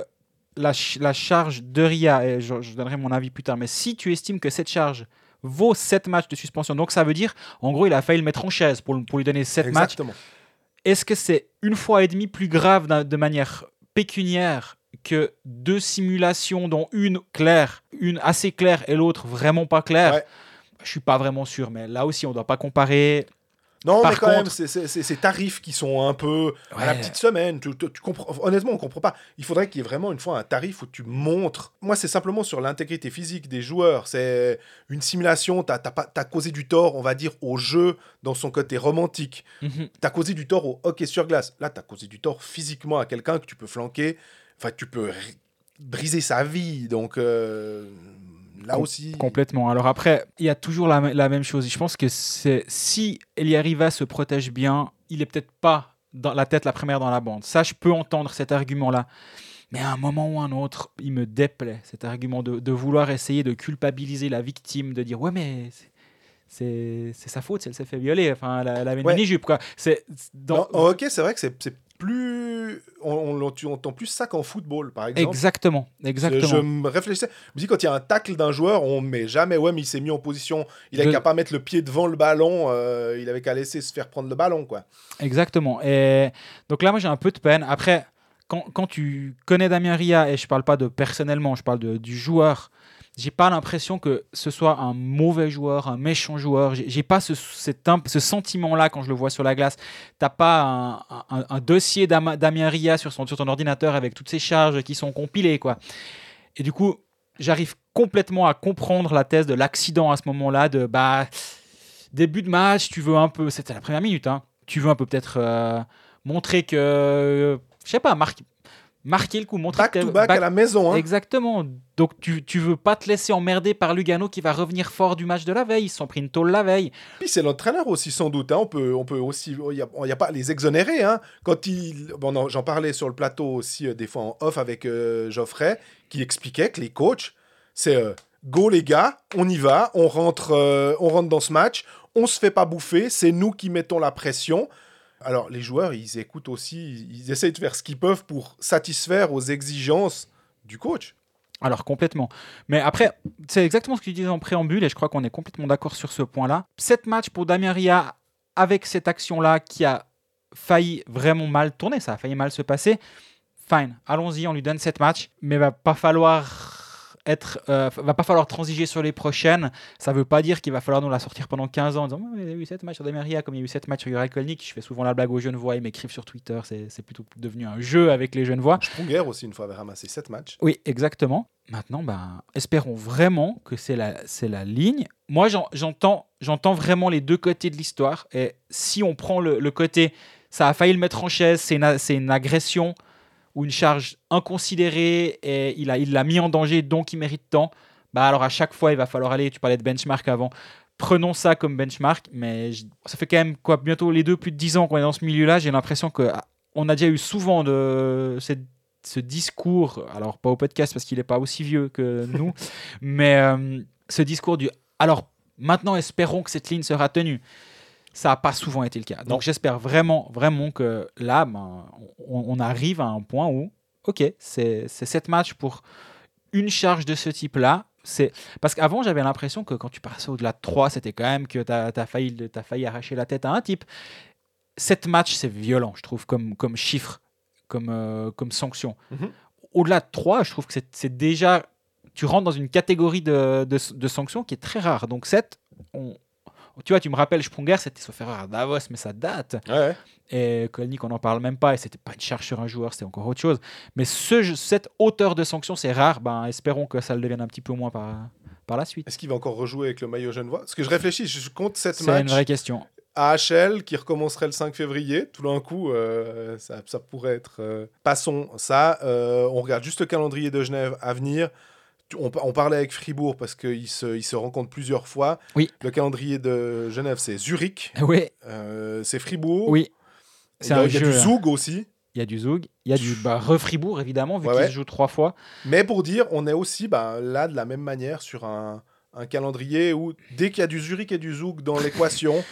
la, ch- la charge de Ria, et je, je donnerai mon avis plus tard, mais si tu estimes que cette charge vaut sept matchs de suspension, donc ça veut dire, en gros, il a failli le mettre en chaise pour, pour lui donner sept matchs. Exactement. Est-ce que c'est une fois et demie plus grave d'un- de manière pécuniaire que deux simulations dont une claire, une assez claire et l'autre vraiment pas claire? Ouais. Je suis pas vraiment sûr, mais là aussi, on doit pas comparer. Non, Par mais quand contre- même, c'est, c'est, c'est ces tarifs qui sont un peu à la Ouais. petite semaine. Tu, tu- tu comprends, honnêtement, on comprend pas. Il faudrait qu'il y ait vraiment une fois un tarif où tu montres. Moi, c'est simplement sur l'intégrité physique des joueurs. C'est une simulation. Tu as causé du tort, on va dire, au jeu dans son côté romantique. Mhm. Tu as causé du tort au hockey sur glace. Là, tu as causé du tort physiquement à quelqu'un que tu peux flanquer. Enfin, tu peux r- briser sa vie. Donc, euh, là Com- aussi. Complètement. Alors après, il y a toujours la, la même chose. Je pense que c'est, si Eliariva se protège bien, il est peut-être pas dans la tête la première dans la bande. Ça, je peux entendre cet argument-là. Mais à un moment ou un autre, il me déplaît, cet argument de, de vouloir essayer de culpabiliser la victime, de dire « Ouais, mais c'est, c'est, c'est sa faute si elle s'est fait violer. Enfin, elle, a- elle avait une Ouais. mini-jupe, quoi. » C'est dans... Non, en hockey, c'est vrai que c'est, c'est plus. On, on, tu entends plus ça qu'en football, par exemple. Exactement, exactement. Je me réfléchissais. Je me dis, quand il y a un tacle d'un joueur, on ne met jamais, ouais, mais il s'est mis en position. Il De- n'avait qu'à pas mettre le pied devant le ballon. euh, il avait qu'à laisser se faire prendre le ballon, quoi. Exactement. Et donc là, moi, j'ai un peu de peine. Après, quand, quand tu connais Damien Ria, et je parle pas de personnellement, je parle de, du joueur, j'ai pas l'impression que ce soit un mauvais joueur, un méchant joueur. J'ai, j'ai pas ce, cet imp- ce sentiment-là quand je le vois sur la glace. T'as pas un, un- un dossier d'Ama- Damien Ria sur, son, sur ton ordinateur avec toutes ces charges qui sont compilées, quoi. Et du coup, j'arrive complètement à comprendre la thèse de l'accident à ce moment-là, de bah début de match, tu veux un peu, c'était la première minute, hein, tu veux un peu peut-être euh, montrer que, euh, je sais pas, marquer, marquer le coup, montrer Back que t'es- to back back- à la maison. Hein. Exactement. Donc tu, tu veux pas te laisser emmerder par Lugano qui va revenir fort du match de la veille. Ils se sont pris une tôle la veille. Puis c'est l'entraîneur aussi, sans doute. Hein. On, peut, on peut aussi. Il n'y a, il y a pas à les exonérer. Hein. Quand il, bon, non, j'en parlais sur le plateau aussi, euh, des fois en off avec euh, Geoffrey, qui expliquait que les coachs, c'est euh, go les gars, on y va, on rentre, euh, on rentre dans ce match, on se fait pas bouffer, c'est nous qui mettons la pression. Alors, les joueurs, ils écoutent aussi, ils essayent de faire ce qu'ils peuvent pour satisfaire aux exigences du coach. Alors complètement. Mais après, c'est exactement ce que tu disais en préambule et je crois qu'on est complètement d'accord sur ce point-là. Sept matchs pour Damien Ria avec cette action-là qui a failli vraiment mal tourner, ça a failli mal se passer. Fine, allons-y, on lui donne sept matchs, mais va pas falloir être, euh, va pas falloir transiger sur les prochaines. Ça veut pas dire qu'il va falloir nous la sortir pendant quinze ans en disant oh, il y a eu sept matchs sur Damien Ria comme il y a eu sept matchs sur Juraj Kolnik. Je fais souvent la blague aux Genevois, ils m'écrivent sur Twitter, c'est, c'est plutôt devenu un jeu avec les Genevois. Sprunger aussi, une fois, avait ramassé sept matchs. Oui, exactement. Maintenant, ben, espérons vraiment que c'est la, c'est la ligne. Moi, j'en, j'entends, j'entends vraiment les deux côtés de l'histoire. Et si on prend le, le côté, ça a failli le mettre en chaise, c'est une, c'est une agression ou une charge inconsidérée et il, a, il l'a mis en danger, donc il mérite tant. Bah alors à chaque fois, il va falloir aller, tu parlais de benchmark avant, prenons ça comme benchmark, mais je, ça fait quand même quoi, bientôt les deux, plus de dix ans qu'on est dans ce milieu-là, j'ai l'impression qu'on a déjà eu souvent de, cette, ce discours, alors pas au podcast parce qu'il n'est pas aussi vieux que nous, mais euh, ce discours du « alors maintenant espérons que cette ligne sera tenue ». Ça n'a pas souvent été le cas. Donc Non. j'espère vraiment, vraiment que là, ben, on, on arrive à un point où, ok, c'est, c'est sept matchs pour une charge de ce type-là. C'est... Parce qu'avant, j'avais l'impression que quand tu passais au-delà de trois, c'était quand même que tu as failli, t'as failli arracher la tête à un type. sept matchs, c'est violent, je trouve, comme, comme chiffre, comme, euh, comme sanction. Mm-hmm. Au-delà de trois, je trouve que c'est, c'est déjà... Tu rentres dans une catégorie de, de, de sanctions qui est très rare. Donc sept, on... Tu vois, tu me rappelles, Sprunger, c'était sauf erreur à Davos, mais ça date. Ouais. Et Kolnik, on n'en parle même pas. Et c'était pas une charge sur un joueur, c'était encore autre chose. Mais ce, cette hauteur de sanction, c'est rare. Ben, espérons que ça le devienne un petit peu moins par, par la suite. Est-ce qu'il va encore rejouer avec le maillot genevois ? Parce que je réfléchis, je compte sept C'est matchs. une vraie question. A H L qui recommencerait le cinq février. Tout d'un coup, euh, ça, ça pourrait être... Euh... Passons ça. Euh, on regarde juste le calendrier de Genève à venir. On, on parlait avec Fribourg parce qu'ils se, ils se rencontrent plusieurs fois. Oui. Le calendrier de Genève, c'est Zurich. Oui. Euh, c'est Fribourg. Oui. C'est il y a, un il y a jeu, du hein. Zug aussi. Il y a du Zug. Il y a du bah, Re-Fribourg, évidemment, vu ouais, qu'il ouais. se joue trois fois. Mais pour dire, on est aussi bah, là de la même manière sur un, un calendrier où dès qu'il y a du Zurich et du Zug dans l'équation,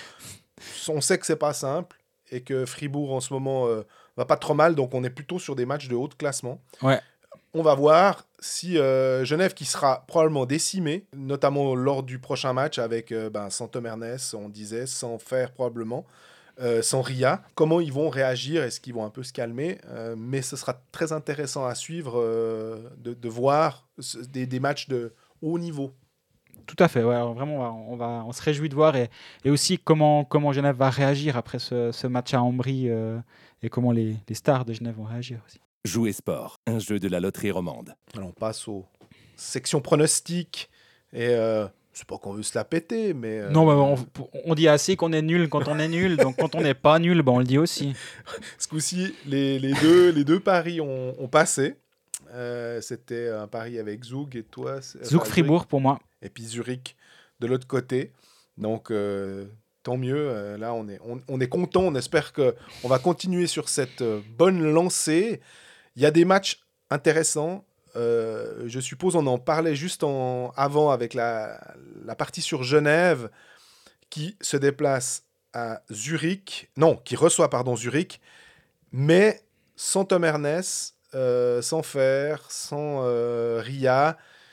on sait que c'est pas simple et que Fribourg en ce moment euh, va pas trop mal, donc on est plutôt sur des matchs de haut de classement. Ouais. on va voir si euh, Genève, qui sera probablement décimé, notamment lors du prochain match avec euh, ben, sans Tom Ernest, on disait, sans Fer probablement, euh, sans Ria, comment ils vont réagir, est-ce qu'ils vont un peu se calmer, euh, mais ce sera très intéressant à suivre, euh, de, de voir ce- des, des matchs de haut niveau. Tout à fait, ouais, alors vraiment, on va, on, va, on se réjouit de voir et, et aussi comment, comment Genève va réagir après ce, ce match à Ambry euh, et comment les, les stars de Genève vont réagir aussi. Jouer sport, un jeu de la loterie romande. Alors on passe aux sections pronostics, et euh, c'est pas qu'on veut se la péter, mais... euh, Non, bah, on, on dit assez qu'on est nul quand on est nul, donc quand on n'est pas nul, bah, on le dit aussi. Ce coup-ci, les, les, deux, les deux paris ont, ont passé. Euh, c'était un pari avec Zug et toi. c'est- Zouk enfin, Fribourg pour moi. Et puis Zurich de l'autre côté. Donc, euh, tant mieux. Euh, là, on est, on, on est content. On espère qu'on va continuer sur cette euh, bonne lancée. Il y a des matchs intéressants. Euh, je suppose on en parlait juste en, avant avec la, la partie sur Genève qui se déplace à Zurich. Non, qui reçoit, pardon, Zurich. Mais sans Tom Ernest, euh, sans Fer, sans euh, Ria,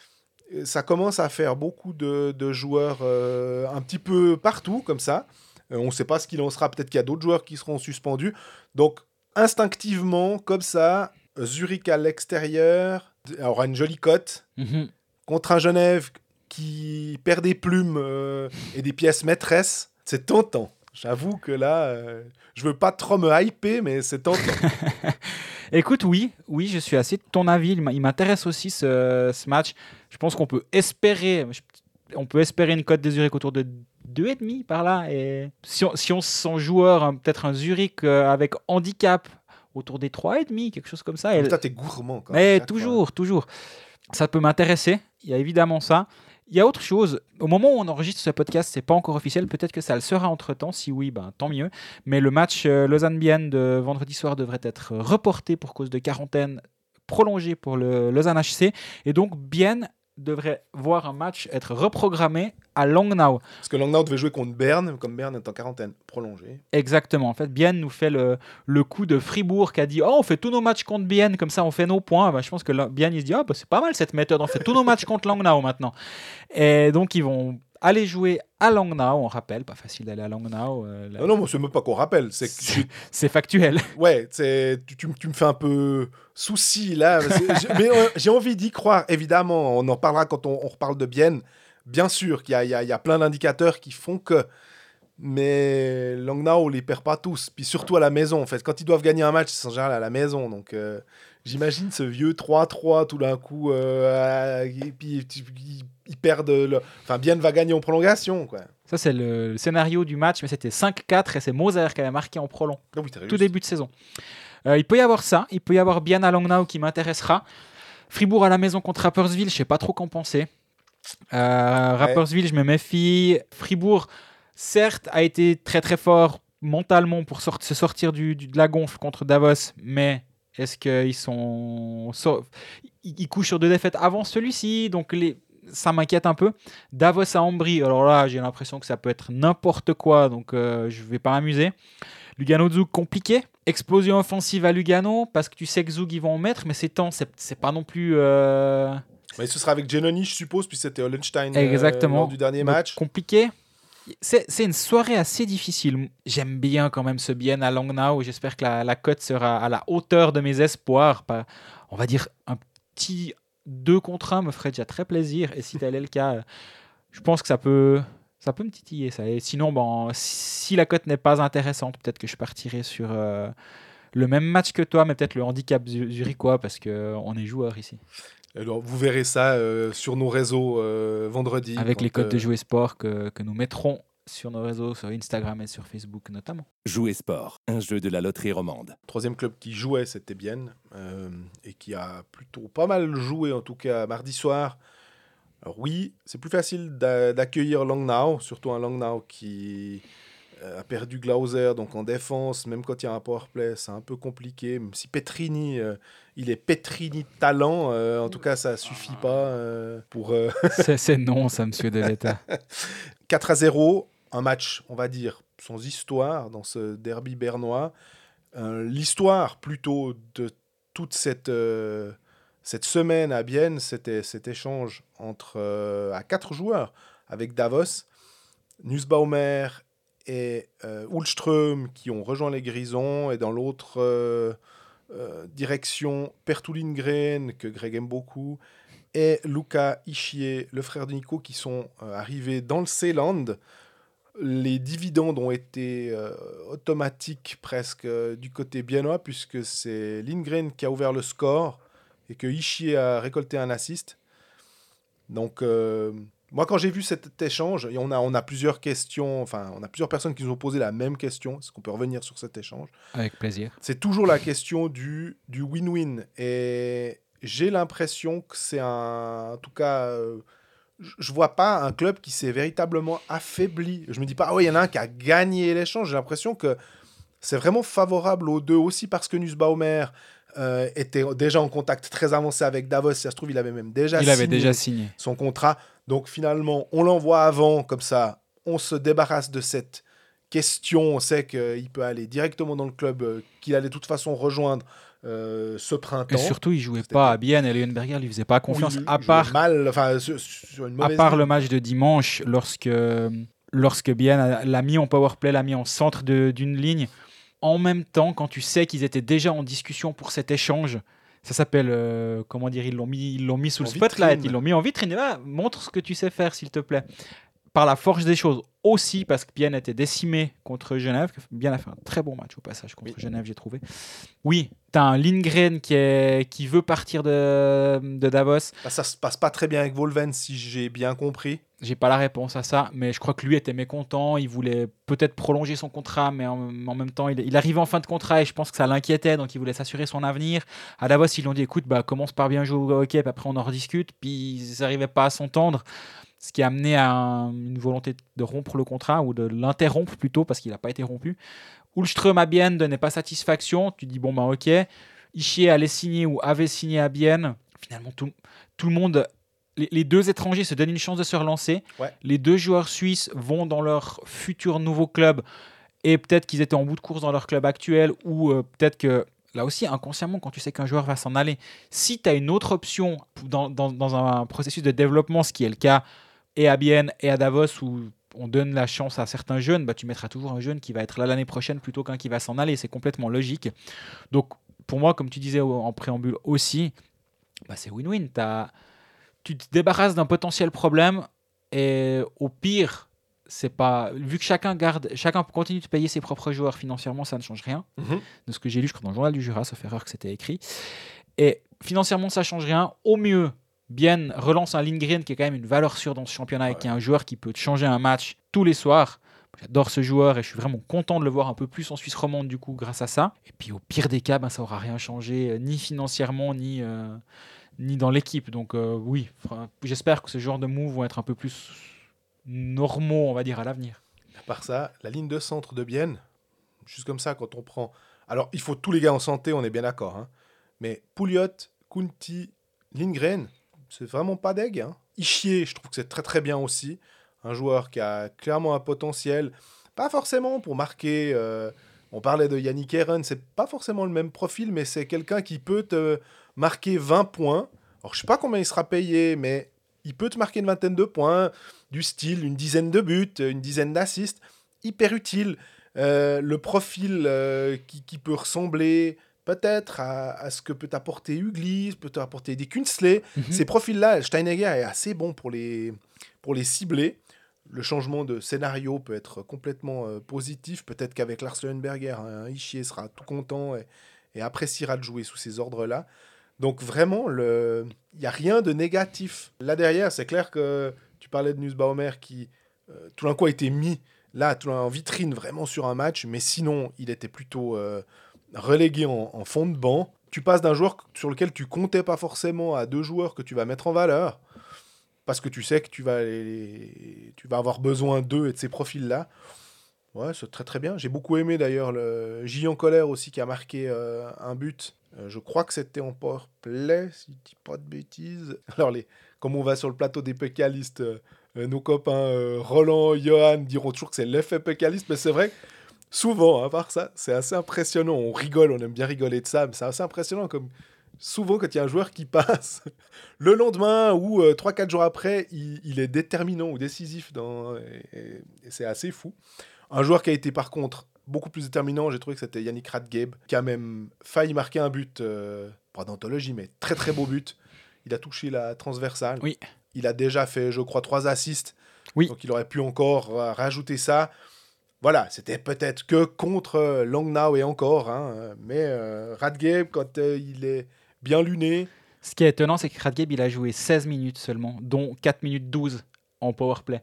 ça commence à faire beaucoup de, de joueurs euh, un petit peu partout, comme ça. Euh, on ne sait pas ce qu'il en sera. Peut-être qu'il y a d'autres joueurs qui seront suspendus. Donc, instinctivement, comme ça, Zurich à l'extérieur aura une jolie cote Mhm. contre un Genève qui perd des plumes euh, et des pièces maîtresses. C'est tentant. J'avoue que là, euh, je veux pas trop me hyper, mais c'est tentant. Écoute, oui, oui, je suis assez de ton avis. Il m'a- il m'intéresse aussi ce, ce match. Je pense qu'on peut espérer, on peut espérer une cote des Zurich autour de deux virgule cinq par là. Et si on, si on sent joueur, hein, peut-être un Zurich euh, avec handicap autour des trois virgule cinq, quelque chose comme ça. Et- Toi, t'es gourmand quand même. mais chaque fois. toujours, toujours. Ça peut m'intéresser. Il y a évidemment ça. Il y a autre chose. Au moment où on enregistre ce podcast, c'est pas encore officiel. Peut-être que ça le sera entre temps. Si oui, ben, tant mieux. Mais le match euh, Lausanne-Bienne de vendredi soir devrait être reporté pour cause de quarantaine prolongée pour le Lausanne H C. Et donc, Bienne devrait voir un match être reprogrammé à Langnau. Parce que Langnau devait jouer contre Berne, comme Berne est en quarantaine prolongée. Exactement. En fait, Bienne nous fait le, le coup de Fribourg qui a dit « Oh, on fait tous nos matchs contre Bienne, comme ça on fait nos points. Ben, » Je pense que la- Bienne, il se dit « Ah, bah, c'est pas mal cette méthode, on fait tous nos matchs contre Langnau maintenant. » Et donc, ils vont aller jouer à Langnau. On rappelle, pas facile d'aller à Langnau. euh, la- Non, non, moi, c'est même pas qu'on rappelle. C'est que je- C'est factuel. ouais, c'est tu, tu, tu me fais un peu souci là. C'est- j'ai- mais euh, j'ai envie d'y croire, évidemment. On en parlera quand on, on reparle de Bienne. Bien sûr qu'il y a, il y a- il y a plein d'indicateurs qui font que. Mais Langnau, on les perd pas tous. Puis surtout à la maison, en fait. Quand ils doivent gagner un match, c'est en général à la maison. Donc euh, j'imagine ce vieux trois trois tout d'un coup. euh, et puis tu- ils, ils perdent. Le... Enfin, Bienne va gagner en prolongation, quoi. Ça, c'est le, le scénario du match, mais c'était cinq quatre et c'est Moser qui avait marqué en prolong. Ah oui, t'as Tout juste. début de saison. Euh, il peut y avoir ça. Il peut y avoir Bienne à Langnau qui m'intéressera. Fribourg à la maison contre Rapperswil, je sais pas trop qu'en penser. Euh, Rapperswil, je me méfie. Fribourg, certes, a été très très fort mentalement pour sort- se sortir du, du- de la gonfle contre Davos, mais est-ce qu'ils sont. so- Ils ils couchent sur deux défaites avant celui-ci, donc les... ça m'inquiète un peu. Davos à Ambry, alors là, j'ai l'impression que ça peut être n'importe quoi, donc euh, je vais pas m'amuser. Lugano Zug, compliqué. Explosion offensive à Lugano, parce que tu sais que Zug, ils vont en mettre, mais c'est temps, c'est, c'est pas non plus. euh, Mais ce sera avec Genoni, je suppose, puis c'était Hollenstein euh, Exactement. lors du dernier Donc, match. compliqué. C'est, c'est une soirée assez difficile. J'aime bien quand même ce Bienne à Langnau. J'espère que la, la cote sera à la hauteur de mes espoirs. Pas, on va dire un petit deux contre un me ferait déjà très plaisir. Et si tel est le cas, euh, je pense que ça peut, ça peut me titiller. Ça. Et sinon, bon, si la cote n'est pas intéressante, peut-être que je partirai sur euh, le même match que toi, mais peut-être le handicap zu- zurichois parce qu'on est joueur ici. Alors, vous verrez ça euh, sur nos réseaux euh, vendredi. Avec quand, les codes euh, de Jouer Sport que, que nous mettrons sur nos réseaux, sur Instagram et sur Facebook notamment. Jouer sport, un jeu de la loterie romande. Troisième club qui jouait, c'était Bienne, euh, et qui a plutôt pas mal joué, en tout cas mardi soir. Alors oui, c'est plus facile d'a- d'accueillir Langnau, surtout un Langnau qui euh, a perdu Glauser, donc en défense, même quand il y a un powerplay, c'est un peu compliqué. Même si Petrini, euh, il est Petrini de talent, euh, en tout cas ça suffit pas euh, pour euh, C'est, c'est non, ça, monsieur Deleta. quatre à zéro, un match, on va dire, sans histoire dans ce derby bernois. Euh, l'histoire plutôt de toute cette, euh, cette semaine à Bienne, c'était cet échange entre euh, à quatre joueurs avec Davos, Nussbaumer et euh, Ulström qui ont rejoint les Grisons, et dans l'autre euh, euh, direction Perttu Lindgren, que Greg aime beaucoup, et Luca Ishii, le frère de Nico, qui sont euh, arrivés dans le Seeland. Les dividendes ont été euh, automatiques presque euh, du côté biennois, puisque c'est Lindgren qui a ouvert le score et que Ishii a récolté un assist. Donc, euh, moi, quand j'ai vu cet échange, et on a, on a plusieurs questions, enfin, on a plusieurs personnes qui nous ont posé la même question. Est-ce qu'on peut revenir sur cet échange ? Avec plaisir. C'est toujours la question du, du win-win. Et j'ai l'impression que c'est un... En tout cas, euh, je ne vois pas un club qui s'est véritablement affaibli. Je me dis pas, ah ouais, il y en a un qui a gagné l'échange. J'ai l'impression que c'est vraiment favorable aux deux, aussi parce que Nussbaumer euh, était déjà en contact très avancé avec Davos. Si ça se trouve, il avait même déjà, Il signé, avait déjà signé son contrat. Donc finalement, on l'envoie avant, comme ça, on se débarrasse de cette question. On sait qu'il peut aller directement dans le club, euh, qu'il allait de toute façon rejoindre euh, ce printemps. Et surtout, il jouait C'était pas à Bienne et Leuenberger lui faisait pas confiance, Oui, à il part, jouait mal, enfin, sur, sur une à mauvaise part ligne. le match de dimanche, lorsque, lorsque Bienne a- l'a mis en powerplay, l'a mis en centre de- d'une ligne. En même temps, quand tu sais qu'ils étaient déjà en discussion pour cet échange, ça s'appelle, euh, comment dire, ils l'ont mis, ils l'ont mis sous En le spotlight, vitrine. ils l'ont mis en vitrine. Et là, montre ce que tu sais faire, s'il te plaît. Par la force des choses, aussi parce que Bienne était décimé contre Genève. Bienne a fait un très bon match au passage contre Oui. Genève, j'ai trouvé. Oui, tu as un Lindgren qui, est, qui veut partir de, de Davos. Bah, ça se passe pas très bien avec Volven, si j'ai bien compris. J'ai pas la réponse à ça, mais je crois que lui était mécontent. Il voulait peut-être prolonger son contrat, mais en, en même temps, il, il arrivait en fin de contrat et je pense que ça l'inquiétait, donc il voulait s'assurer son avenir. À Davos, ils lui ont dit écoute, bah, commence par bien jouer au hockey, puis après on en rediscute. Puis ils n'arrivaient pas à s'entendre, ce qui a amené à un- une volonté de rompre le contrat, ou de l'interrompre plutôt, parce qu'il n'a pas été rompu. Ulström à Bienne donnait pas satisfaction. Tu dis bon, bah ok. Ishii allait signer ou avait signé à Bienne. Finalement, tout, tout le monde. Les, les deux étrangers se donnent une chance de se relancer. Ouais. Les deux joueurs suisses vont dans leur futur nouveau club, et peut-être qu'ils étaient en bout de course dans leur club actuel, ou euh, peut-être que, là aussi, inconsciemment, quand tu sais qu'un joueur va s'en aller, si tu as une autre option dans, dans, dans un processus de développement, ce qui est le cas et à Bienne et à Davos, où on donne la chance à certains jeunes, bah, tu mettras toujours un jeune qui va être là l'année prochaine plutôt qu'un qui va s'en aller. C'est complètement logique. Donc, pour moi, comme tu disais en préambule aussi, bah, c'est win-win. T'as... Tu te débarrasses d'un potentiel problème, et au pire, c'est pas, vu que chacun garde, chacun continue de payer ses propres joueurs financièrement, ça ne change rien. Mhm. De ce que j'ai lu, je crois dans le journal du Jura, sauf erreur que c'était écrit. Et financièrement, ça change rien. Au mieux, Bienne relance un Lindgren qui est quand même une valeur sûre dans ce championnat, et Ouais. qui est un joueur qui peut te changer un match tous les soirs. J'adore ce joueur et je suis vraiment content de le voir un peu plus en Suisse romande du coup grâce à ça. Et puis au pire des cas, ben, ça aura rien changé, euh, ni financièrement, ni, euh, ni dans l'équipe. Donc euh, oui, fra- j'espère que ce genre de moves vont être un peu plus normaux, on va dire, à l'avenir. À part ça, la ligne de centre de Bienne, juste comme ça, quand on prend... Alors, il faut tous les gars en santé, on est bien d'accord. Hein. Mais Pouliot, Kunti, Lindgren, c'est vraiment pas deg. Hein. Ishii, je trouve que c'est très très bien aussi. Un joueur qui a clairement un potentiel. Pas forcément pour marquer... euh, on parlait de Yannick Heeren, c'est pas forcément le même profil, mais c'est quelqu'un qui peut te marquer vingt points. Alors, je sais pas combien il sera payé, mais il peut te marquer une vingtaine de points, du style une dizaine de buts, une dizaine d'assists. Hyper utile. Euh, le profil euh, qui, qui peut ressembler peut-être à, à ce que peut apporter Uglis, peut apporter des Künzle. Mhm. Ces profils-là, Steinegger est assez bon pour les, pour les cibler. Le changement de scénario peut être complètement euh, positif. Peut-être qu'avec Lars Leuenberger, hein, Ishii sera tout content et, et appréciera de jouer sous ces ordres-là. Donc vraiment, le... il n'y a rien de négatif. Là derrière, c'est clair que tu parlais de Nussbaumer qui, euh, tout d'un coup, a été mis là tout en vitrine vraiment sur un match, mais sinon, il était plutôt euh, relégué en, en fond de banc. Tu passes d'un joueur sur lequel tu comptais pas forcément à deux joueurs que tu vas mettre en valeur, parce que tu sais que tu vas, les... tu vas avoir besoin d'eux et de ces profils-là. Ouais, c'est très très bien. J'ai beaucoup aimé d'ailleurs le J. en colère aussi qui a marqué euh, un but. Euh, je crois que c'était en powerplay, si je dis pas de bêtises. Alors, les... comme on va sur le plateau des pécalistes, euh, euh, nos copains euh, Roland, Johan diront toujours que c'est l'effet pécaliste, mais c'est vrai que souvent, à part ça, c'est assez impressionnant. On rigole, on aime bien rigoler de ça, mais c'est assez impressionnant comme souvent quand il y a un joueur qui passe, le lendemain ou euh, trois quatre jours après, il, il est déterminant ou décisif. Dans, et, et- et c'est assez fou. Un joueur qui a été par contre beaucoup plus déterminant, j'ai trouvé que c'était Yannick Radgeb, qui a même failli marquer un but, euh, pas d'anthologie, mais très très beau but. Il a touché la transversale. Oui. Il a déjà fait, je crois, trois assists. Oui. Donc il aurait pu encore euh, rajouter ça. Voilà, c'était peut-être que contre euh, Langnau et encore. Hein, euh, mais euh, Radgeb, quand euh, il est bien luné, Ce qui est étonnant, c'est que Radgeb, il a joué seize minutes seulement, dont quatre minutes douze en powerplay.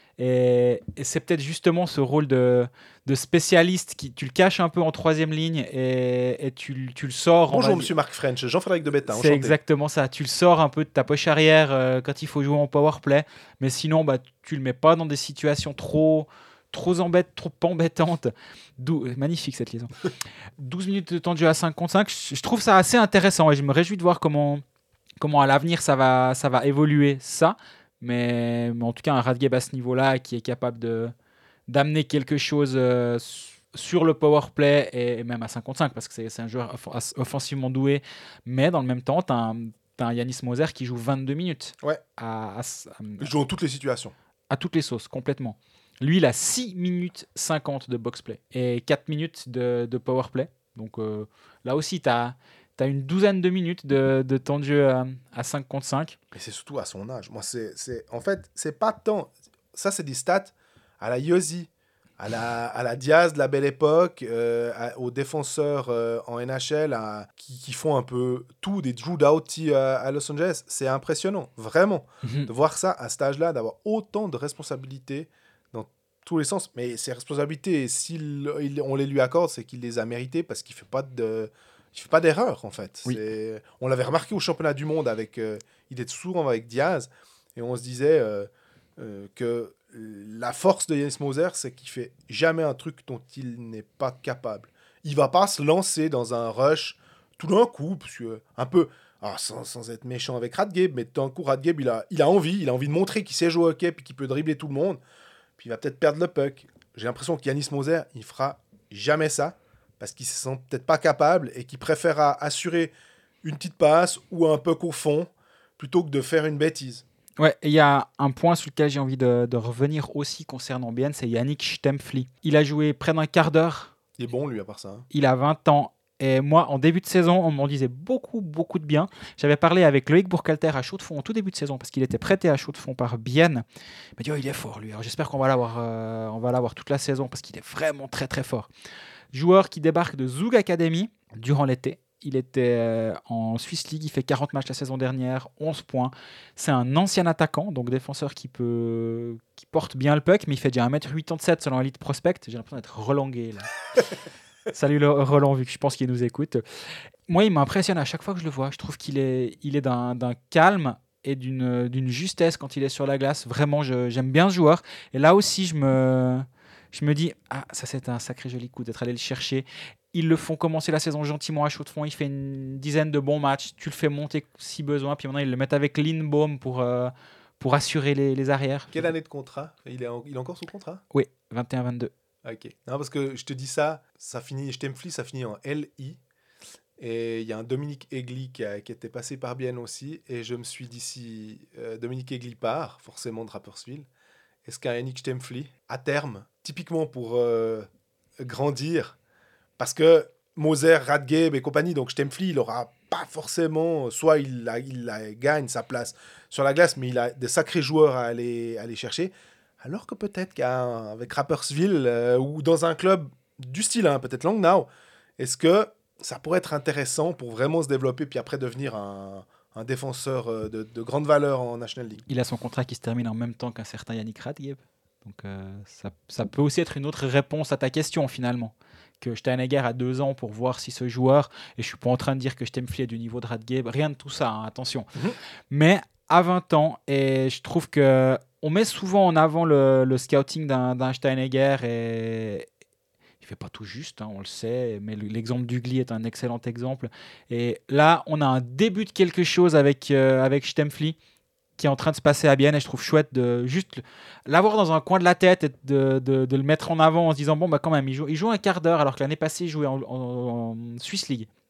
Et, et c'est peut-être justement ce rôle de, de spécialiste qui tu le caches un peu en troisième ligne et, et tu, le- tu le sors. on va bonjour dire- monsieur Marc French, Jean-Frédéric de Bétain, C'est enchanté. exactement ça. Tu le sors un peu de ta poche arrière euh, quand il faut jouer en powerplay, mais sinon, bah, tu le mets pas dans des situations trop, trop, embête, trop embêtantes. D'où- Magnifique cette liaison. douze minutes de temps de jeu à cinq contre cinq, je, je trouve ça assez intéressant et je me réjouis de voir comment, comment à l'avenir ça va, ça va évoluer ça. Mais, mais en tout cas, un Radgeb à ce niveau-là qui est capable de, d'amener quelque chose euh, s- sur le powerplay et, et même à cinq contre cinq parce que c'est, c'est un joueur off- as- offensivement doué. Mais dans le même temps, tu as un, t'as un Yanis Moser qui joue vingt-deux minutes Ouais. à, à, s- à- Il joue dans toutes les situations. à toutes les sauces, complètement. Lui, il a six minutes cinquante de box-play et quatre minutes de, de powerplay. Donc euh, là aussi, tu as une douzaine de minutes de, de temps de jeu à, à cinq contre cinq. Mais c'est surtout à son âge. Moi, c'est, c'est... En fait, c'est pas tant... Ça, c'est des stats à la Yossi, à la, à la Diaz de la belle époque, euh, à- aux défenseurs euh, en N H L à- qui, qui font un peu tout, des Drew Doughty à, à Los Angeles. C'est impressionnant, vraiment, de voir ça à cet âge-là, d'avoir autant de responsabilités dans tous les sens. Mais ces responsabilités, si on les lui accorde, c'est qu'il les a méritées parce qu'il fait pas de... Il fait pas d'erreur, en fait. Oui. C'est... On l'avait remarqué au championnat du monde avec... euh, il était souvent avec Diaz. Et on se disait euh, euh, que la force de Yanis Moser, c'est qu'il fait jamais un truc dont il n'est pas capable. Il va pas se lancer dans un rush tout d'un coup, parce que, un peu... ah, sans, sans être méchant avec Radgeb, mais tout d'un coup, Radgeb, il a, il a envie. Il a envie de montrer qu'il sait jouer au hockey et qu'il peut dribbler tout le monde. Puis il va peut-être perdre le puck. J'ai l'impression que Yanis Moser, il fera jamais ça. Parce qu'il se sent peut-être pas capable et qu'il préfère assurer une petite passe ou un puck au fond plutôt que de faire une bêtise. Ouais, et il y a un point sur lequel j'ai envie de, de revenir aussi concernant Bienne, c'est Yannick Stempfli. Il a joué près d'un quart d'heure, Il est bon, lui, à part ça. hein. il a vingt ans. Et moi, en début de saison, on m'en disait beaucoup, beaucoup de bien. J'avais parlé avec Loïc Bourcalter à Chaux-de-Fonds en tout début de saison parce qu'il était prêté à Chaux-de-Fonds par Bienne. Il m'a dit, oh, il est fort, lui. Alors, j'espère qu'on va l'avoir, euh, on va l'avoir toute la saison parce qu'il est vraiment très, très fort. Joueur qui débarque de Zug Academy durant l'été. Il était euh, en Swiss League, il fait quarante matchs la saison dernière, onze points. C'est un ancien attaquant, donc défenseur qui, peut, qui porte bien le puck, mais il fait déjà un mètre quatre-vingt-dix-sept selon Elite Prospect. J'ai l'impression d'être relangué là. Salut le Roland, vu que je pense qu'il nous écoute. Moi, il m'impressionne à chaque fois que je le vois. Je trouve qu'il est, il est d'un, d'un calme et d'une, d'une justesse quand il est sur la glace. Vraiment, je, j'aime bien ce joueur. Et là aussi, je me, je me dis, ah, ça c'est un sacré joli coup d'être allé le chercher. Ils le font commencer la saison gentiment à Chaux-de-Fonds. Il fait une dizaine de bons matchs. Tu le fais monter si besoin. Puis maintenant, ils le mettent avec Lindbaum pour, euh, pour assurer les, les arrières. Quelle année de contrat il est, en- il est encore sous contrat Oui, vingt et un vingt-deux. Ok. Non, parce que je te dis ça, ça finit, Stempfli, ça finit en L I. Et il y a un Dominique Egli qui, a- qui était passé par Bienne aussi. Et je me suis dit, si euh, Dominique Egli part, forcément de Rapperswil, est-ce qu'un Yannick Stempfli, à terme, typiquement pour euh, grandir, parce que Moser, Radgeb et compagnie, donc Stempfli, il aura pas forcément, soit il, a, il a- gagne sa place sur la glace, mais il a des sacrés joueurs à aller, aller chercher. Alors que peut-être qu'avec Rapperswil euh, ou dans un club du style, hein, peut-être Langnau, est-ce que ça pourrait être intéressant pour vraiment se développer puis après devenir un, un défenseur euh, de, de grande valeur en National League? Il a son contrat qui se termine en même temps qu'un certain Yannick Radgeb. Donc euh, ça, ça peut aussi être une autre réponse à ta question finalement. Que Steinegger a deux ans pour voir si ce joueur, et je suis pas en train de dire que Stempfli est du niveau de Radgeb, rien de tout ça, hein, attention. Mhm. Mais à vingt ans, et je trouve que on met souvent en avant le, le scouting d'un, d'un Steinegger et il fait pas tout juste, hein, on le sait, mais le- l'exemple d'Ugly est un excellent exemple. Et là, on a un début de quelque chose avec, euh, avec Stempfli qui est en train de se passer à Bienne et je trouve chouette de juste le- l'avoir dans un coin de la tête et de, de, de le mettre en avant en se disant bon bah quand même il joue, il joue un quart d'heure alors que l'année passée il jouait en, en- en Swiss League.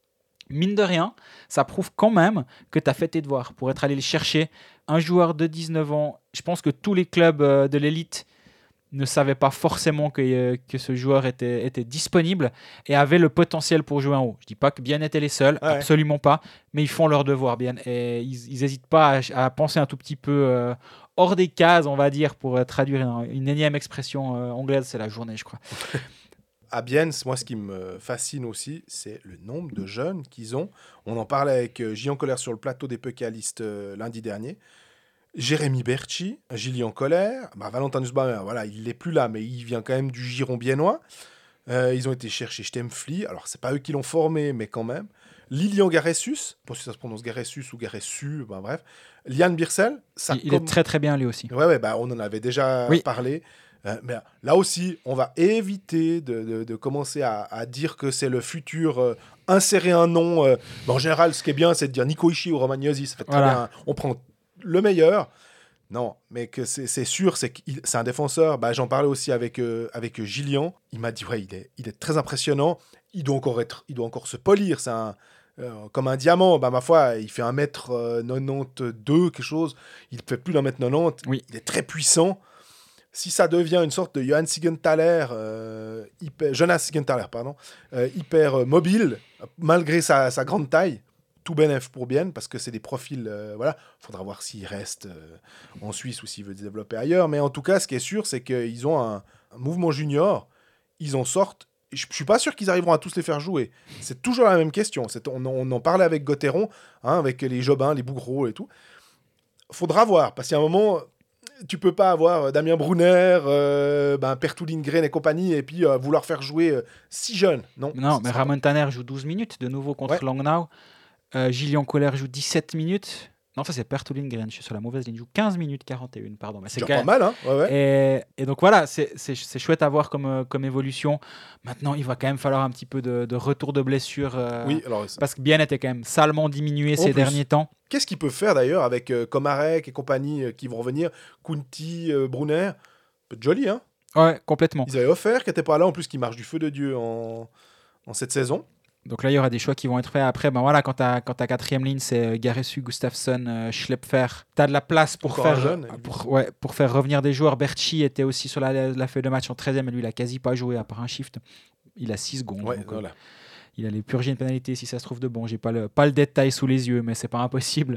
mine de rien, ça prouve quand même que tu as fait tes devoirs pour être allé le chercher. Un joueur de dix-neuf ans, je pense que tous les clubs euh, de l'élite ne savaient pas forcément que, euh, que ce joueur était, était disponible et avait le potentiel pour jouer en haut. Je ne dis pas que Bien étaient les seuls, Ouais. absolument pas, mais ils font leur devoir, Bien. Et ils n'hésitent pas à, à penser un tout petit peu euh, hors des cases, on va dire, pour euh, traduire une, une énième expression euh, anglaise, c'est la journée, je crois. À Bienne, moi, ce qui me fascine aussi, c'est le nombre de jeunes qu'ils ont. On en parlait avec euh, Gillian Colère sur le plateau des Pécalistes euh, lundi dernier. Jérémy Berchi, Gillian Colère, bah, Valentin Nussbaumer, voilà, il n'est plus là, mais il vient quand même du giron biennois. Euh, ils ont été chercher Stemfli. Alors, c'est pas eux qui l'ont formé, mais quand même. Lilian Garessus, pas si ça se prononce Garessus ou Garessu, bah, bref. Liane Birsel. Ça il il com- est très très bien lui aussi. Ouais, ouais, bah, on en avait déjà Oui. parlé. Euh, mais là aussi, on va éviter de, de- de commencer à, à dire que c'est le futur. Euh, insérer un nom. Euh, bah, en général, ce qui est bien, c'est de dire Nico Ishii ou Romagnosi. Ça fait très Voilà. bien. On prend le meilleur. Non, mais que c'est c'est sûr, c'est que c'est un défenseur. Bah, j'en parlais aussi avec, euh, avec Gillian. Il m'a dit, ouais, il est, il est très impressionnant. Il doit encore, être, il doit encore se polir. C'est un, euh, comme un diamant. Bah, ma foi, il fait un mètre quatre-vingt-deux, quelque chose. Il ne fait plus d'un mètre quatre-vingt-dix. Oui. Il est très puissant. Si ça devient une sorte de Johann Siegenthaler, euh, hyper, Jonas Siegenthaler, pardon, euh, hyper euh, mobile, malgré sa, sa grande taille, tout bénef pour Bien, parce que c'est des profils, euh, voilà, faudra voir s'il reste euh, en Suisse ou s'il veut se développer ailleurs, mais en tout cas, ce qui est sûr, c'est qu'ils ont un, un mouvement junior, ils en sortent, et je, je suis pas sûr qu'ils arriveront à tous les faire jouer. C'est toujours la même question, c'est, on, on en parlait avec Gauthieron, hein, avec les Jobins, les Bougros et tout. Faudra voir, parce qu'à un moment... Tu peux pas avoir Damien Brunner, euh, ben, Pertou Lindgren et compagnie, et puis euh, vouloir faire jouer euh, si jeune. Non, Non, ça mais sera Ramon Tanner joue douze minutes de nouveau contre Ouais. Langnau. Euh, Gillian Colère joue dix-sept minutes. Non, ça c'est Pertou Lindgren, je suis sur la mauvaise ligne. Il joue quinze minutes quarante et un, pardon. Mais c'est c'est déjà quand pas même- mal, hein. Ouais, ouais. Et, et donc voilà, c'est, c'est, c'est chouette à voir comme, euh, comme évolution. Maintenant, il va quand même falloir un petit peu de, de retour de blessure. euh, Oui, alors, c'est- Parce que Bien était quand même salement diminué En ces plus. derniers temps. qu'est-ce qu'ils peuvent faire d'ailleurs avec euh, Komarek et compagnie euh, qui vont revenir, Kunti, euh, Brunner, peut être joli, hein. Ouais, complètement. Ils avaient offert, qui n'était pas là, en plus, qui marche du feu de Dieu en, en cette saison. Donc là, il y aura des choix qui vont être faits. Après, ben voilà, quand ta quand ta quatrième ligne, c'est euh, Garessu, Gustafsson, euh, Schlepfer, tu as de la place pour Encore un faire, jeune, pour, ouais, pour faire revenir des joueurs. Berchi était aussi sur la, la feuille de match en treizième, mais lui, il a quasi pas joué à part un shift. Il a six secondes. Ouais, donc, euh, voilà. il allait purger une pénalité si ça se trouve de bon. J'ai pas le, pas le détail sous les yeux, mais c'est pas impossible.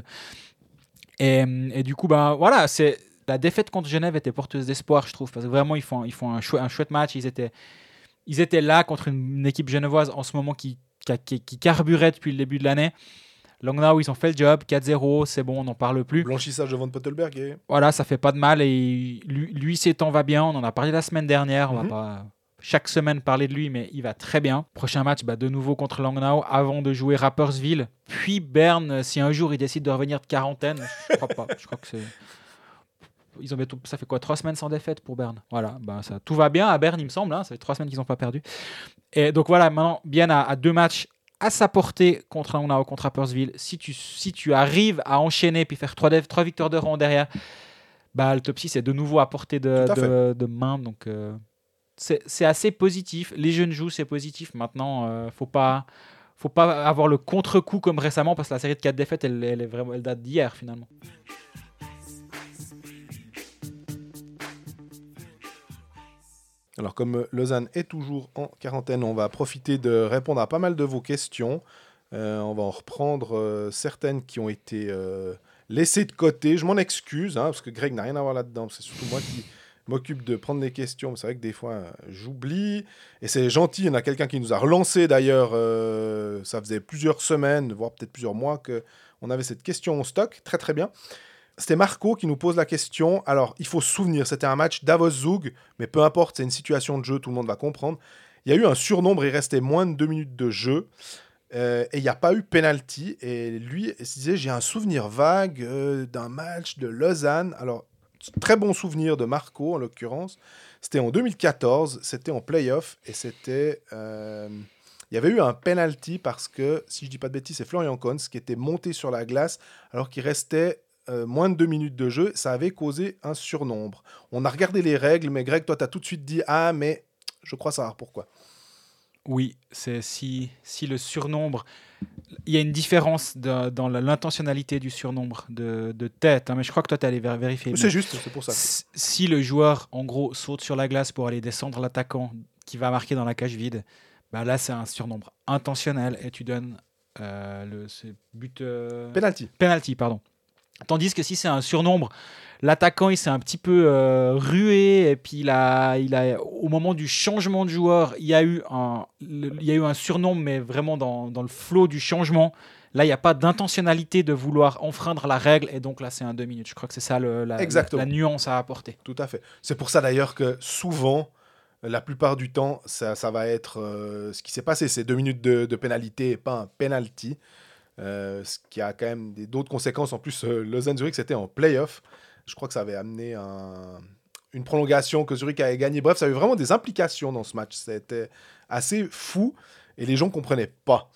Et, et du coup, ben voilà, c'est la défaite contre Genève était porteuse d'espoir, je trouve, parce que vraiment, ils font, ils font un, chouette, un chouette match. Ils étaient, ils étaient là contre une, une équipe genevoise en ce moment qui, qui, qui, qui carburait depuis le début de l'année. Langnau, ils ont fait le job, quatre zéro, c'est bon, on n'en parle plus. Blanchissage de Van Pottelberg. Et... Voilà, ça fait pas de mal. Et lui, lui ses temps va bien. On en a parlé la semaine dernière. On Mhm. va pas chaque semaine parler de lui, mais il va très bien. Prochain match, bah, de nouveau contre Langnau, avant de jouer Rapperswil, puis Berne. Si un jour il décide de revenir de quarantaine, je crois pas. Je crois que c'est. Ils ont tout... Ça fait quoi, trois semaines sans défaite pour Berne. Voilà, bah, ça, tout va bien à Berne, il me semble. Hein. Ça fait trois semaines qu'ils n'ont pas perdu. Et donc voilà, maintenant, bien à, à deux matchs à sa portée contre Langnau, contre Rapperswil. Si tu, si tu arrives à enchaîner puis faire trois, trois victoires de rang derrière, bah, le top six est de nouveau à portée de, Tout à de, de main. Donc euh, c'est, c'est assez positif. Les jeunes jouent, c'est positif. Maintenant, euh, faut pas, faut pas avoir le contre-coup comme récemment parce que la série de quatre défaites, elle, elle, est vraiment, elle date d'hier finalement. Alors, comme Lausanne est toujours en quarantaine, on va profiter de répondre à pas mal de vos questions. Euh, on va en reprendre euh, certaines qui ont été euh, laissées de côté. Je m'en excuse, hein, parce que Greg n'a rien à voir là-dedans. C'est surtout moi qui m'occupe de prendre les questions. C'est vrai que des fois, euh, j'oublie. Et c'est gentil, il y en a quelqu'un qui nous a relancé d'ailleurs. Euh, ça faisait plusieurs semaines, voire peut-être plusieurs mois, qu'on avait cette question en stock. Très, très bien. C'était Marco qui nous pose la question. Alors, il faut se souvenir, c'était un match Davos-Zug, mais peu importe, c'est une situation de jeu, tout le monde va comprendre. Il y a eu un surnombre, il restait moins de deux minutes de jeu, euh, et il n'y a pas eu penalty. Et lui, il se disait, j'ai un souvenir vague euh, d'un match de Lausanne. Alors, très bon souvenir de Marco, en l'occurrence. C'était en deux mille quatorze, c'était en play-off, et c'était... Euh, il y avait eu un penalty parce que, si je ne dis pas de bêtises, c'est Florian Kohns qui était monté sur la glace alors qu'il restait... Euh, moins de deux minutes de jeu, ça avait causé un surnombre. On a regardé les règles, mais Greg, toi, tu as tout de suite dit « Ah, mais je crois savoir pourquoi. » Oui, c'est si, si le surnombre... il y a une différence de, dans la- l'intentionnalité du surnombre de, de tête, hein, mais je crois que toi, tu allé ver- vérifier. C'est Mais juste, c'est pour ça. si si le joueur, en gros, saute sur la glace pour aller descendre l'attaquant qui va marquer dans la cage vide, bah là, c'est un surnombre intentionnel et tu donnes euh, le c'est but euh, Penalty. penalty, pardon. Tandis que si c'est un surnombre, l'attaquant il s'est un petit peu euh, rué et puis il a, il a, au moment du changement de joueur, il y a eu un, le- il y a eu un surnombre, mais vraiment dans, dans le flot du changement. Là, il n'y a pas d'intentionnalité de vouloir enfreindre la règle et donc là, c'est un deux minutes. Je crois que c'est ça le- la, la, Exactement. la nuance à apporter. Tout à fait. C'est pour ça d'ailleurs que souvent, la plupart du temps, ça, ça va être euh, ce qui s'est passé. C'est deux minutes de, de pénalité et pas un penalty. Euh, ce qui a quand même des- d'autres conséquences. En plus, euh, Lausanne-Zurich, c'était en play-off. Je crois que ça avait amené un- une prolongation que Zurich avait gagné. Bref, ça avait vraiment des implications dans ce match. C'était assez fou et les gens ne comprenaient pas.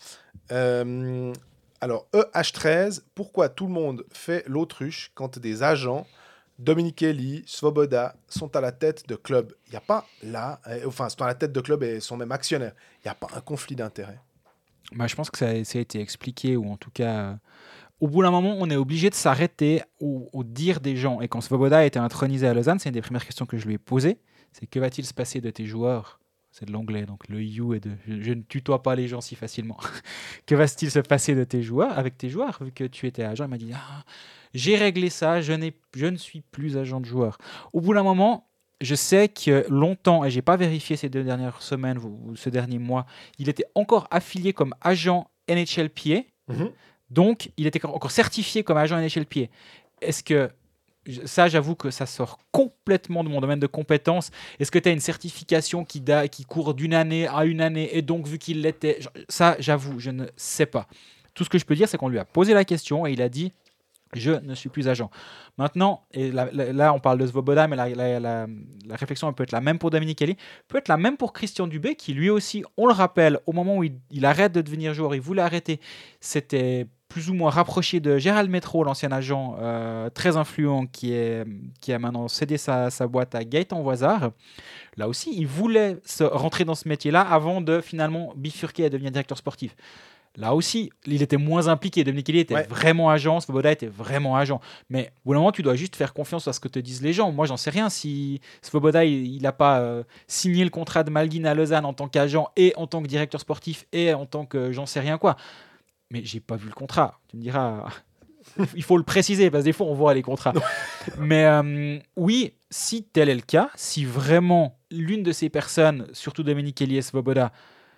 Euh, alors, E H treize, pourquoi tout le monde fait l'autruche quand des agents, Dominichelli, Svoboda, sont à la tête de club? Il n'y a pas là, euh, enfin, sont à la tête de club et sont même actionnaires. Il n'y a pas un conflit d'intérêts. Bah, je pense que ça, a ça a été expliqué, ou en tout cas, euh, au bout d'un moment, on est obligé de s'arrêter au, au dire des gens. Et quand Svoboda a été intronisé à Lausanne, c'est une des premières questions que je lui ai posées. C'est que va-t-il se passer de tes joueurs? C'est de l'anglais, donc le you est de. Je, je ne tutoie pas les gens si facilement. Que va-t-il se passer de tes joueurs, avec tes joueurs, vu que tu étais agent? Il m'a dit ah, j'ai réglé ça, je, n'ai, je ne suis plus agent de joueur. Au bout d'un moment, je sais que longtemps, et j'ai pas vérifié ces deux dernières semaines ou, ou ce dernier mois, il était encore affilié comme agent N H L P A. Mhm. Donc, il était encore certifié comme agent N H L P A. Est-ce que, ça, j'avoue que ça sort complètement de mon domaine de compétences. Est-ce que tu as une certification qui, da, qui court d'une année à une année et donc, vu qu'il l'était, ça, j'avoue, je ne sais pas. Tout ce que je peux dire, c'est qu'on lui a posé la question et il a dit je ne suis plus agent. Maintenant, et là, là, là, on parle de Svoboda, mais la, la, la, la réflexion elle peut être la même pour Dominichelli, peut être la même pour Christian Dubé, qui lui aussi, on le rappelle, au moment où il, il arrête de devenir joueur, il voulait arrêter, c'était plus ou moins rapproché de Gérald Métro, l'ancien agent euh, très influent qui, est, qui a maintenant cédé sa, sa boîte à Gaëtan Voisard. Là aussi, il voulait se rentrer dans ce métier-là avant de finalement bifurquer et devenir directeur sportif. Là aussi, il était moins impliqué. Dominichelli était Ouais. vraiment agent, Svoboda était vraiment agent. Mais au bout d'un moment, tu dois juste faire confiance à ce que te disent les gens. Moi, j'en sais rien. Si Svoboda, il n'a pas euh, signé le contrat de Malguin à Lausanne en tant qu'agent et en tant que directeur sportif et en tant que j'en sais rien quoi. Mais j'ai pas vu le contrat. Tu me diras, il faut le préciser parce que des fois, on voit les contrats. Mais euh, oui, si tel est le cas, si vraiment l'une de ces personnes, surtout Dominichelli et Svoboda,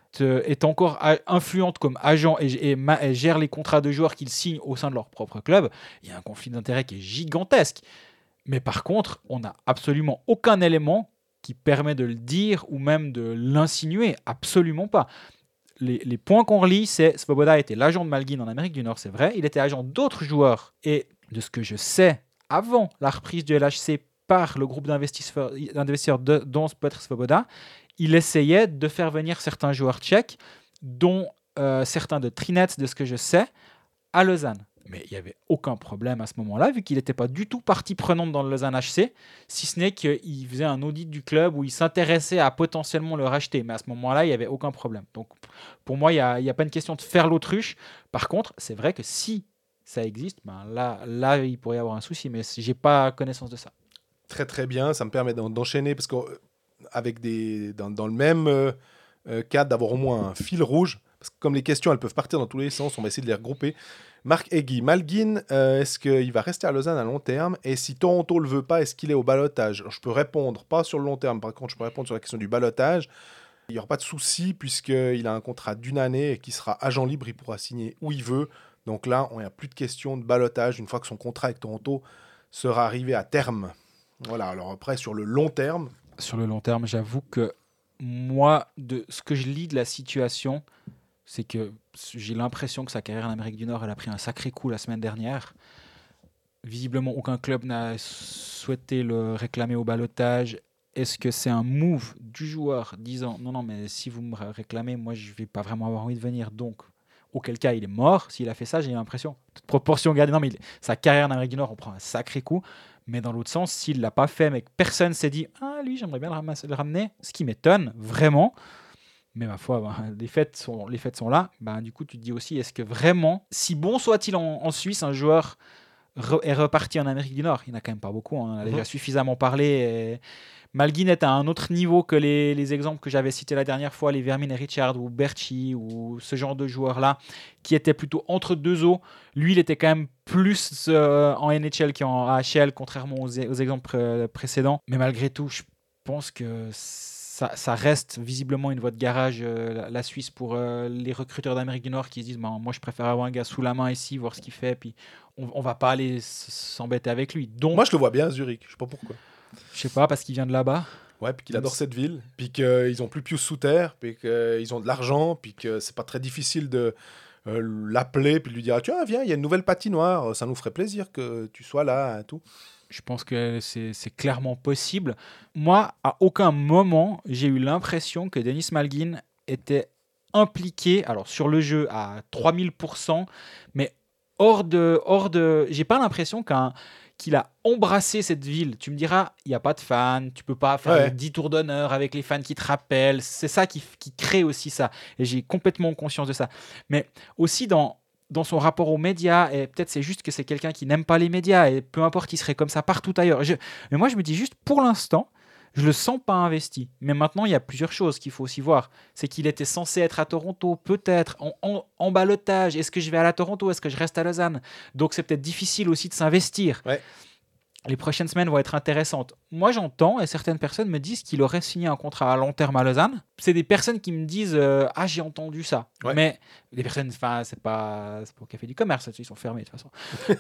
est encore influente comme agent et, et, et gère les contrats de joueurs qu'ils signent au sein de leur propre club, il y a un conflit d'intérêts qui est gigantesque. Mais par contre, on n'a absolument aucun élément qui permet de le dire ou même de l'insinuer. Absolument pas. Les, les points qu'on relie, c'est Svoboda était l'agent de Malguin en Amérique du Nord, c'est vrai. Il était agent d'autres joueurs. Et de ce que je sais, avant la reprise du L H C par le groupe d'investisseurs, d'investisseurs de, dont peut être Svoboda, il essayait de faire venir certains joueurs tchèques, dont euh, certains de Trinec, de ce que je sais, à Lausanne. Mais il n'y avait aucun problème à ce moment-là, vu qu'il n'était pas du tout partie prenante dans le Lausanne H C, si ce n'est qu'il faisait un audit du club où il s'intéressait à potentiellement le racheter. Mais à ce moment-là, il n'y avait aucun problème. Donc, pour moi, il n'y a, a pas une question de faire l'autruche. Par contre, c'est vrai que si ça existe, ben là, là, il pourrait y avoir un souci, mais je n'ai pas connaissance de ça. Très, très bien. Ça me permet d'en, d'enchaîner, parce que avec des, dans, dans le même euh, euh, cadre, d'avoir au moins un fil rouge, parce que comme les questions, elles peuvent partir dans tous les sens, on va essayer de les regrouper. Marc Egui, Malguin, euh, est-ce qu'il va rester à Lausanne à long terme? Et si Toronto ne le veut pas, est-ce qu'il est au ballottage? Je peux répondre, pas sur le long terme, par contre, je peux répondre sur la question du ballottage. Il n'y aura pas de souci, puisqu'il a un contrat d'une année et qu'il sera agent libre, il pourra signer où il veut. Donc là, il n'y a plus de question de ballottage une fois que son contrat avec Toronto sera arrivé à terme. Voilà, alors après, sur le long terme... Sur le long terme, j'avoue que moi, de ce que je lis de la situation, c'est que j'ai l'impression que sa carrière en Amérique du Nord, elle a pris un sacré coup la semaine dernière. Visiblement, aucun club n'a souhaité le réclamer au ballottage. Est-ce que c'est un move du joueur disant « Non, non, mais si vous me réclamez, moi, je ne vais pas vraiment avoir envie de venir. » Donc, auquel cas, il est mort. S'il a fait ça, j'ai l'impression. Toute proportion gardée. Non, mais il, sa carrière en Amérique du Nord, on prend un sacré coup. Mais dans l'autre sens, s'il ne l'a pas fait, mais que personne ne s'est dit « Ah, lui, j'aimerais bien le, ramasser, le ramener », ce qui m'étonne, vraiment. Mais ma foi, ben, les, faits sont, les faits sont là. Ben, du coup, tu te dis aussi, est-ce que vraiment, si bon soit-il en, en Suisse, un joueur re- est reparti en Amérique du Nord? Il n'y en a quand même pas beaucoup, on en a Mhm. déjà suffisamment parlé. Et Malguin est à un autre niveau que les, les exemples que j'avais cités la dernière fois, les Vermin et Richard ou Berchi ou ce genre de joueurs-là, qui étaient plutôt entre deux eaux. Lui, il était quand même plus euh, en N H L qu'en A H L, contrairement aux, aux exemples pré- précédents. Mais malgré tout, je pense que ça, ça reste visiblement une voie de garage, euh, la, la Suisse, pour euh, les recruteurs d'Amérique du Nord qui se disent bah, moi, je préfère avoir un gars sous la main ici, voir ce qu'il fait, puis on, on va pas aller s- s'embêter avec lui. Donc, Moi, je le vois bien à Zurich. Je sais pas pourquoi. je sais pas, parce qu'il vient de là-bas. Ouais, puis qu'il Même adore si- cette ville, puis qu'ils ont plus Pius sous terre, puis qu'ils ont de l'argent, puis que c'est pas très difficile de euh, l'appeler, puis de lui dire ah, tiens, viens, il y a une nouvelle patinoire, ça nous ferait plaisir que tu sois là, et tout. Je pense que c'est c'est clairement possible. Moi, à aucun moment, j'ai eu l'impression que Denis Malguin était impliqué, alors sur le jeu à trois mille pour cent, mais hors de... Hors de j'ai pas l'impression qu'un qu'il a embrassé cette ville. Tu me diras, il n'y a pas de fans, tu peux pas faire Ouais. dix tours d'honneur avec les fans qui te rappellent. C'est ça qui, qui crée aussi ça. Et j'ai complètement conscience de ça. Mais aussi dans, dans son rapport aux médias, et peut-être c'est juste que c'est quelqu'un qui n'aime pas les médias, et peu importe, il serait comme ça partout ailleurs. Je- mais moi, je me dis juste, pour l'instant, je le sens pas investi. Mais maintenant, il y a plusieurs choses qu'il faut aussi voir. C'est qu'il était censé être à Toronto, peut-être, en, en, en ballottage. Est-ce que je vais aller à Toronto? Est-ce que je reste à Lausanne? Donc, c'est peut-être difficile aussi de s'investir. Ouais. Les prochaines semaines vont être intéressantes. Moi, j'entends, et certaines personnes me disent qu'il aurait signé un contrat à long terme à Lausanne. C'est des personnes qui me disent euh, ah, j'ai entendu ça. Ouais. Mais les personnes, enfin, c'est pas, c'est pas au café du commerce, ils sont fermés de toute façon.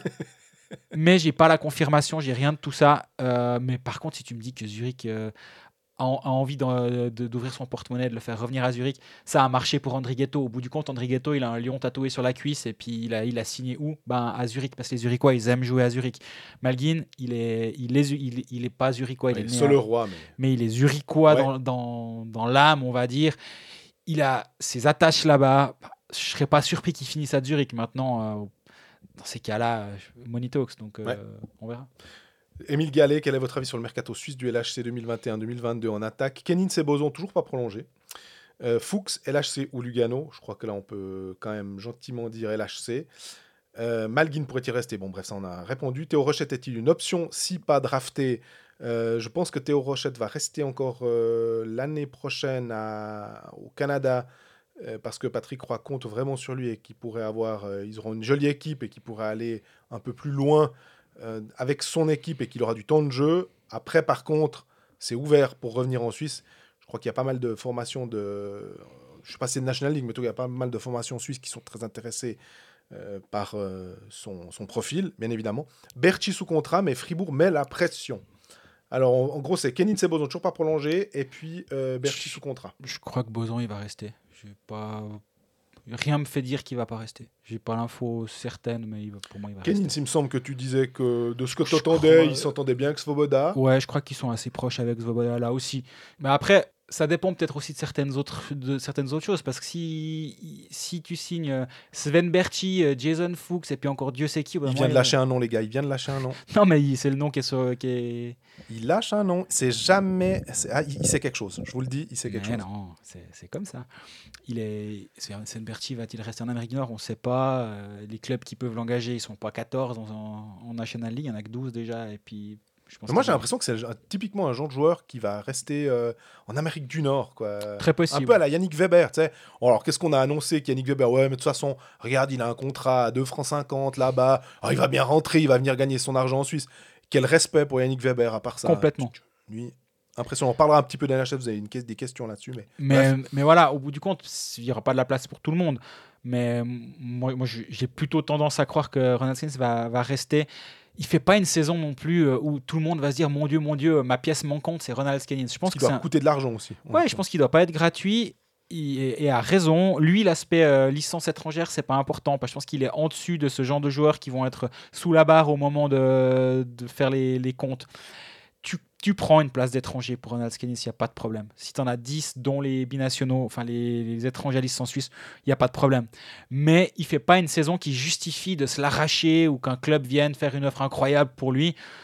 Mais j'ai pas la confirmation, j'ai rien de tout ça. Euh, mais par contre, si tu me dis que Zurich euh, a, a envie d'en- de- d'ouvrir son porte-monnaie, de le faire revenir à Zurich, ça a marché pour Andrighetto. Au bout du compte, Andrighetto, il a un lion tatoué sur la cuisse et puis il a, il a signé où? Ben, à Zurich, parce que les Zurichois, ils aiment jouer à Zurich. Malguin, il est, il est, il, il est pas Zurichois, il Ouais, est né seul à- le roi, mais. mais il est Zurichois Ouais. dans, dans, dans l'âme, on va dire. Il a ses attaches là-bas. Je serais pas surpris qu'il finisse à Zurich maintenant. euh, dans ces cas-là, je- Money Talks, donc euh, Ouais. on verra. Émile Gallet, quel est votre avis sur le mercato suisse du L H C deux mille vingt et un deux mille vingt-deux en attaque? Kenin Seboson, toujours pas prolongé. Euh, Fuchs, L H C ou Lugano? Je crois que là, on peut quand même gentiment dire L H C. Euh, Malguin pourrait-il rester? Bon, bref, ça, on a répondu. Théo Rochette est-il une option si pas drafté? Euh, je pense que Théo Rochette va rester encore euh, l'année prochaine à- au Canada euh, parce que Patrick Roy compte vraiment sur lui et qu'il pourrait avoir, euh, ils auront une jolie équipe et qu'il pourrait aller un peu plus loin euh, avec son équipe et qu'il aura du temps de jeu. Après, par contre, c'est ouvert pour revenir en Suisse. Je crois qu'il y a pas mal de formations de, je ne sais pas si c'est de National League, mais en tout cas, il y a pas mal de formations suisses qui sont très intéressées euh, par euh, son, son profil, bien évidemment. Berchi sous contrat, mais Fribourg met la pression. Alors, en, en gros, c'est Kenin Seboson toujours pas prolongé, et puis euh, Berchi sous contrat. Je crois que Boson, il va rester. J'ai pas... Rien me fait dire qu'il va pas rester. J'ai pas l'info certaine, mais il va- pour moi, il va Kenin, rester. il me semble que tu disais que de ce que Je tu entendais, crois- il s'entendait bien avec Svoboda. Ouais, je crois qu'ils sont assez proches avec Svoboda là aussi. Mais après, ça dépend peut-être aussi de certaines autres, de certaines autres choses. Parce que si, si tu signes euh, Sven Berchi, euh, Jason Fuchs, et puis encore Dieu sait qui... Il vient de lâcher un nom, les gars. Il vient de lâcher un nom. Non, mais il- c'est le nom qui est, sur, qui est... Il lâche un nom. C'est jamais. c'est- Ah, il, il sait quelque chose. Je vous le dis, il sait quelque Mais chose. non, c'est c'est comme ça. Il est, c'est- Sven Berchi va-t-il rester en Amérique du Nord? On ne sait pas. Euh, les clubs qui peuvent l'engager, ils sont pas quatorze en, en, en National League, il y en a que douze déjà. Et puis, je pense Mais moi, qu'il j'ai va- l'impression que c'est un- typiquement un genre de joueur qui va rester euh, en Amérique du Nord, quoi. Très Un possible. peu à la Yannick Weber, tu sais. Bon, alors, qu'est-ce qu'on a annoncé qu'Yannick Weber, ouais, mais de toute façon, regarde, il a un contrat à deux francs cinquante là-bas. Alors, il va bien rentrer, il va venir gagner son argent en Suisse. Quel respect pour Yannick Weber, à part ça. Complètement. Lui, impressionnant. On parlera un petit peu d'N H F, vous avez une caisse- des questions là-dessus. Mais, Mais, Bref. mais voilà, au bout du compte, il n'y aura pas de la place pour tout le monde. Mais euh, moi, moi je- j'ai plutôt tendance à croire que Ronald Skins va, va rester. Il fait pas une saison non plus euh, où tout le monde va se dire mon Dieu, mon Dieu, ma pièce manquante, c'est Ronald Skins. Je pense Parce qu'il que c'est doit un- coûter de l'argent aussi. Ouais, je pense qu'il doit pas être gratuit. Il- Et, et a raison. Lui, l'aspect euh, licence étrangère, c'est pas important. Parce que je pense qu'il est en dessus de ce genre de joueurs qui vont être sous la barre au moment de, de faire les, les comptes. Tu, tu prends une place d'étranger pour Ronald Skenis, il n'y a pas de problème. Si tu en as dix, dont les binationaux, enfin les, les étrangers à licence suisse, il n'y a pas de problème. Mais il fait pas une saison qui justifie de se l'arracher ou qu'un club vienne faire une offre incroyable pour lui.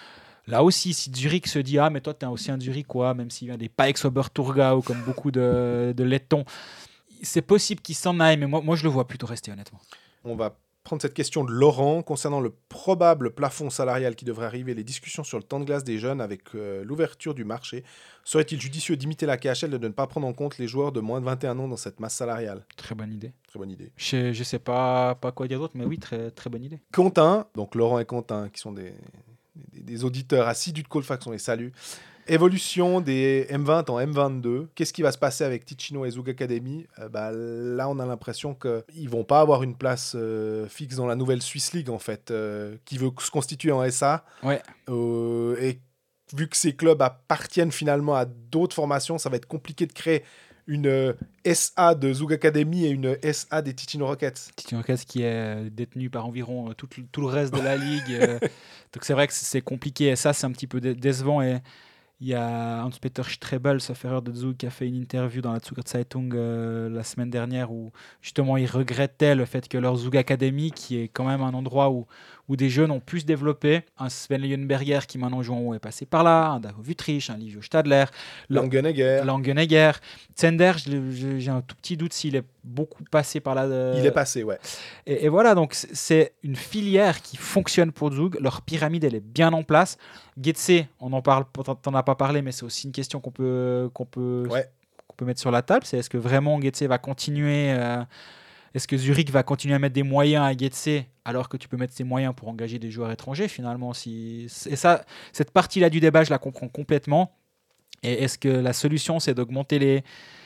Là aussi, si Zurich se dit « Ah, mais toi, t'es aussi un Zurichois, même s'il vient des Paix-Oberthurgau, comme beaucoup de, de Lettons. » C'est possible qu'il s'en aille, mais moi, moi, je le vois plutôt rester, honnêtement. On va prendre cette question de Laurent concernant le probable plafond salarial qui devrait arriver, les discussions sur le temps de glace des jeunes avec euh, l'ouverture du marché. Serait-il judicieux d'imiter la K H L et de ne pas prendre en compte les joueurs de moins de vingt et un ans dans cette masse salariale ? Très bonne idée. Très bonne idée. Je, je sais pas, pas quoi dire d'autre, mais oui, très, très bonne idée. Quentin, donc Laurent et Quentin, qui sont des, des, des auditeurs assidus de Colfax, on les salue. Évolution des M vingt en M vingt-deux. Qu'est-ce qui va se passer avec Ticino et Zug Academy ? euh, bah, Là, on a l'impression qu'ils ne vont pas avoir une place euh, fixe dans la nouvelle Swiss League, en fait, euh, qui veut se constituer en S A. Ouais. Euh, et vu que ces clubs appartiennent finalement à d'autres formations, ça va être compliqué de créer une euh, S A de Zug Academy et une S A des Ticino Rockets. Ticino Rockets qui est détenu par environ euh, tout, tout le reste de la ligue. euh, donc c'est vrai que c'est compliqué. Et ça, c'est un petit peu dé- décevant. Et il y a Hans-Peter Strebel, ce ferreur de Zug, qui a fait une interview dans la Zuger Zeitung euh, la semaine dernière où justement il regrettait le fait que leur Zug Academy, qui est quand même un endroit où, où des jeunes ont pu se développer, un Sven Leuenberger qui maintenant joue en haut est passé par là, un Davo Wüttrich, un Livio Stadler, Langenegger. Langenegger, Zender, je- je- j'ai un tout petit doute s'il est beaucoup passé par là. euh, Il est passé, ouais. et, et voilà, donc c- c'est une filière qui fonctionne pour Zug. Leur pyramide, elle est bien en place. Getse, on en parle, t'en t'en as pas parlé, mais c'est aussi une question qu'on peut, qu'on peut, Ouais. qu'on peut mettre sur la table. C'est est-ce que vraiment Getse va continuer euh, Est-ce que Zurich va continuer à mettre des moyens à Getse alors que tu peux mettre ces moyens pour engager des joueurs étrangers finalement si... Et ça, cette partie-là du débat, je la comprends complètement. Et est-ce que la solution, c'est d'augmenter les,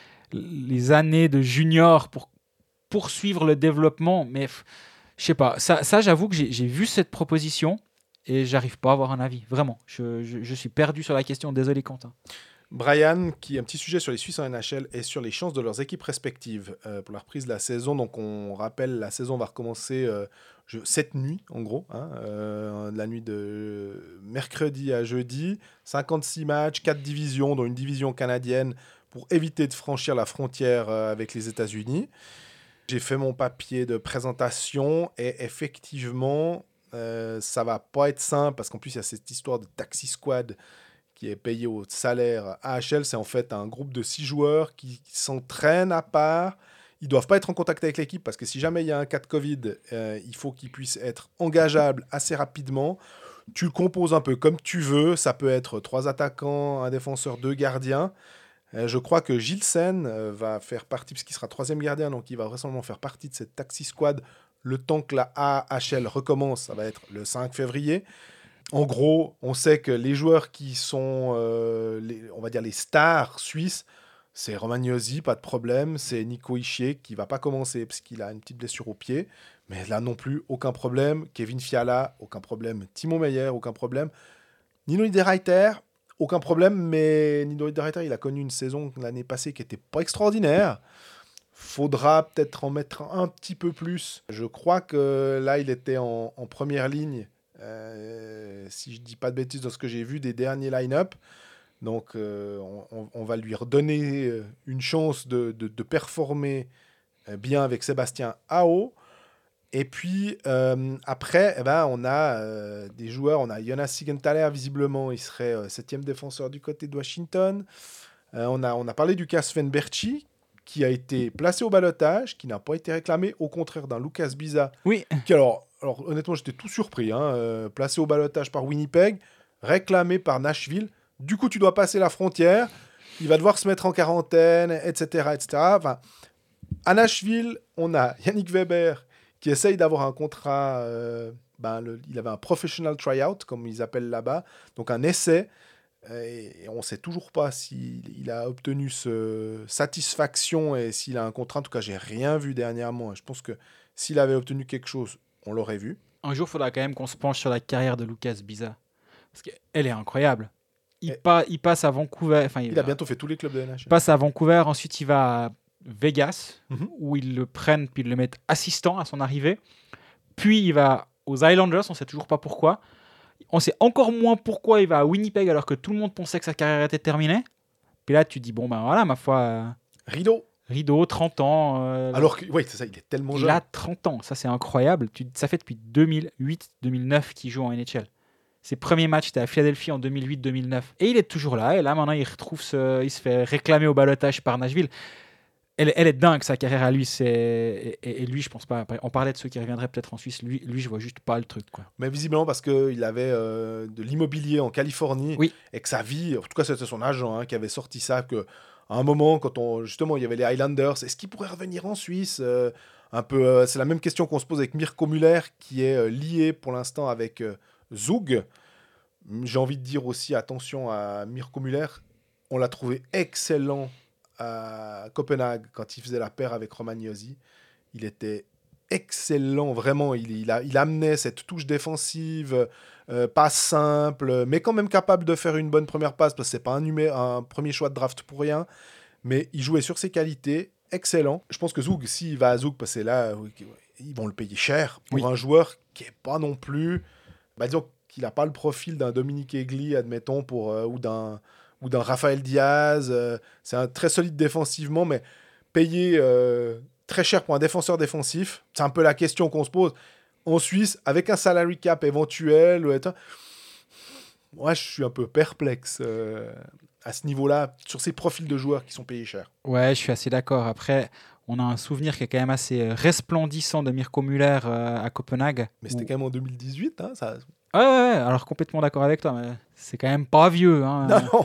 les années de junior pour poursuivre le développement? Mais pff, je sais pas. Ça, ça j'avoue que j'ai j'ai vu cette proposition et j'arrive pas à avoir un avis. Vraiment. Je, je, je suis perdu sur la question. Désolé, Quentin. Brian, qui a un petit sujet sur les Suisses en N H L et sur les chances de leurs équipes respectives euh, pour la reprise de la saison. Donc, on rappelle, la saison va recommencer euh, je, cette nuit, en gros, hein, euh, la nuit de mercredi à jeudi. cinquante-six matchs, quatre divisions, dont une division canadienne pour éviter de franchir la frontière euh, avec les États-Unis. J'ai fait mon papier de présentation et effectivement, euh, ça va pas être simple parce qu'en plus, il y a cette histoire de taxi squad qui est payé au salaire. A H L, c'est en fait un groupe de six joueurs qui s'entraînent à part. Ils ne doivent pas être en contact avec l'équipe parce que si jamais il y a un cas de Covid, euh, il faut qu'ils puissent être engageables assez rapidement. Tu le composes un peu comme tu veux. Ça peut être trois attaquants, un défenseur, deux gardiens. Euh, je crois que Gilsen euh, va faire partie, puisqu'il sera troisième gardien, donc il va vraisemblablement faire partie de cette taxi squad le temps que la A H L recommence. Ça va être le cinq février. En gros, on sait que les joueurs qui sont, euh, les, on va dire, les stars suisses, c'est Romagnosi, pas de problème. C'est Nico Hischier qui va pas commencer parce qu'il a une petite blessure au pied. Mais là non plus, aucun problème. Kevin Fiala, aucun problème. Timo Meyer, aucun problème. Nino Niederreiter, aucun problème. Mais Nino Niederreiter, il a connu une saison l'année passée qui était pas extraordinaire. Faudra peut-être en mettre un petit peu plus. Je crois que là, il était en, en première ligne. Euh, si je dis pas de bêtises dans ce que j'ai vu des derniers line-up. Donc, euh, on, on va lui redonner une chance de, de, de performer bien avec Sébastien Ao. Et puis, euh, après, eh ben, on a euh, des joueurs. On a Jonas Siegenthaler, visiblement, il serait euh, septième défenseur du côté de Washington. Euh, on, a, on a parlé du cas Sven Berchi, qui a été placé au ballottage, qui n'a pas été réclamé, au contraire d'un Lucas Biza. Oui. Qui, alors, alors, honnêtement, j'étais tout surpris. Hein, euh, placé au ballottage par Winnipeg, réclamé par Nashville. Du coup, tu dois passer la frontière. Il va devoir se mettre en quarantaine, et cetera, et cetera. Enfin, à Nashville, on a Yannick Weber qui essaye d'avoir un contrat. Euh, ben, le, il avait un professional tryout, comme ils appellent là-bas, donc un essai. Et on ne sait toujours pas s'il il a obtenu ce satisfaction et s'il a un contrat. En tout cas, j'ai rien vu dernièrement. Je pense que s'il avait obtenu quelque chose, on l'aurait vu. Un jour, il faudra quand même qu'on se penche sur la carrière de Lucas Biza. Parce qu'elle est incroyable. Il, Et pa- il passe à Vancouver. Enfin, il, il a bientôt fait tous les clubs de N H L. Il passe à Vancouver. Ensuite, il va à Vegas, Mm-hmm. où ils le prennent puis ils le mettent assistant à son arrivée. Puis, il va aux Islanders. On ne sait toujours pas pourquoi. On sait encore moins pourquoi il va à Winnipeg alors que tout le monde pensait que sa carrière était terminée. Puis là, tu dis, bon, ben voilà, ma foi, euh, Rideau. Rideau, trente ans. euh, Alors que, oui, c'est ça, il est tellement il jeune. a trente ans. Ça, c'est incroyable. Tu, ça fait depuis deux mille huit deux mille neuf qu'il joue en N H L. Ses premiers matchs, c'était à Philadelphie en deux mille huit deux mille neuf. Et il est toujours là. Et là, maintenant, il, retrouve ce... il se fait réclamer au ballottage par Nashville. Elle, elle est dingue, sa carrière à lui. C'est... Et, et lui, je pense pas. On parlait de ceux qui reviendraient peut-être en Suisse. Lui, lui je vois juste pas le truc, quoi. Mais visiblement parce qu'il avait euh, de l'immobilier en Californie. Oui. Et que sa vie, en tout cas, c'était son agent hein, qui avait sorti ça. Que, à un moment, quand on, justement, il y avait les Highlanders, est-ce qu'il pourrait revenir en Suisse euh, un peu, euh, c'est la même question qu'on se pose avec Mirko Müller, qui est euh, lié pour l'instant avec euh, Zug. J'ai envie de dire aussi attention à Mirko Müller. On l'a trouvé excellent à Copenhague quand il faisait la paire avec Romagnosi. Il était excellent, vraiment. Il, il, a, il amenait cette touche défensive, euh, pas simple, mais quand même capable de faire une bonne première passe parce que c'est pas un, numé- un premier choix de draft pour rien. Mais il jouait sur ses qualités. Excellent. Je pense que Zug, s'il va à Zug, parce que là, ils vont le payer cher pour oui. un joueur qui n'est pas non plus. Bah, disons qu'il n'a pas le profil d'un Dominique Egli, admettons, pour, euh, ou, d'un, ou d'un Rafael Diaz. Euh, c'est un très solide défensivement, mais payé euh, très cher pour un défenseur défensif, c'est un peu la question qu'on se pose. En Suisse, avec un salary cap éventuel, ouais, moi, je suis un peu perplexe. Euh, à ce niveau-là, sur ces profils de joueurs qui sont payés cher. Ouais, je suis assez d'accord. Après, on a un souvenir qui est quand même assez resplendissant de Mirko Müller euh, à Copenhague. Mais c'était où... quand même en deux mille dix-huit, hein, ça... Ouais, ouais, ouais, alors complètement d'accord avec toi, mais c'est quand même pas vieux. Hein. Non, non.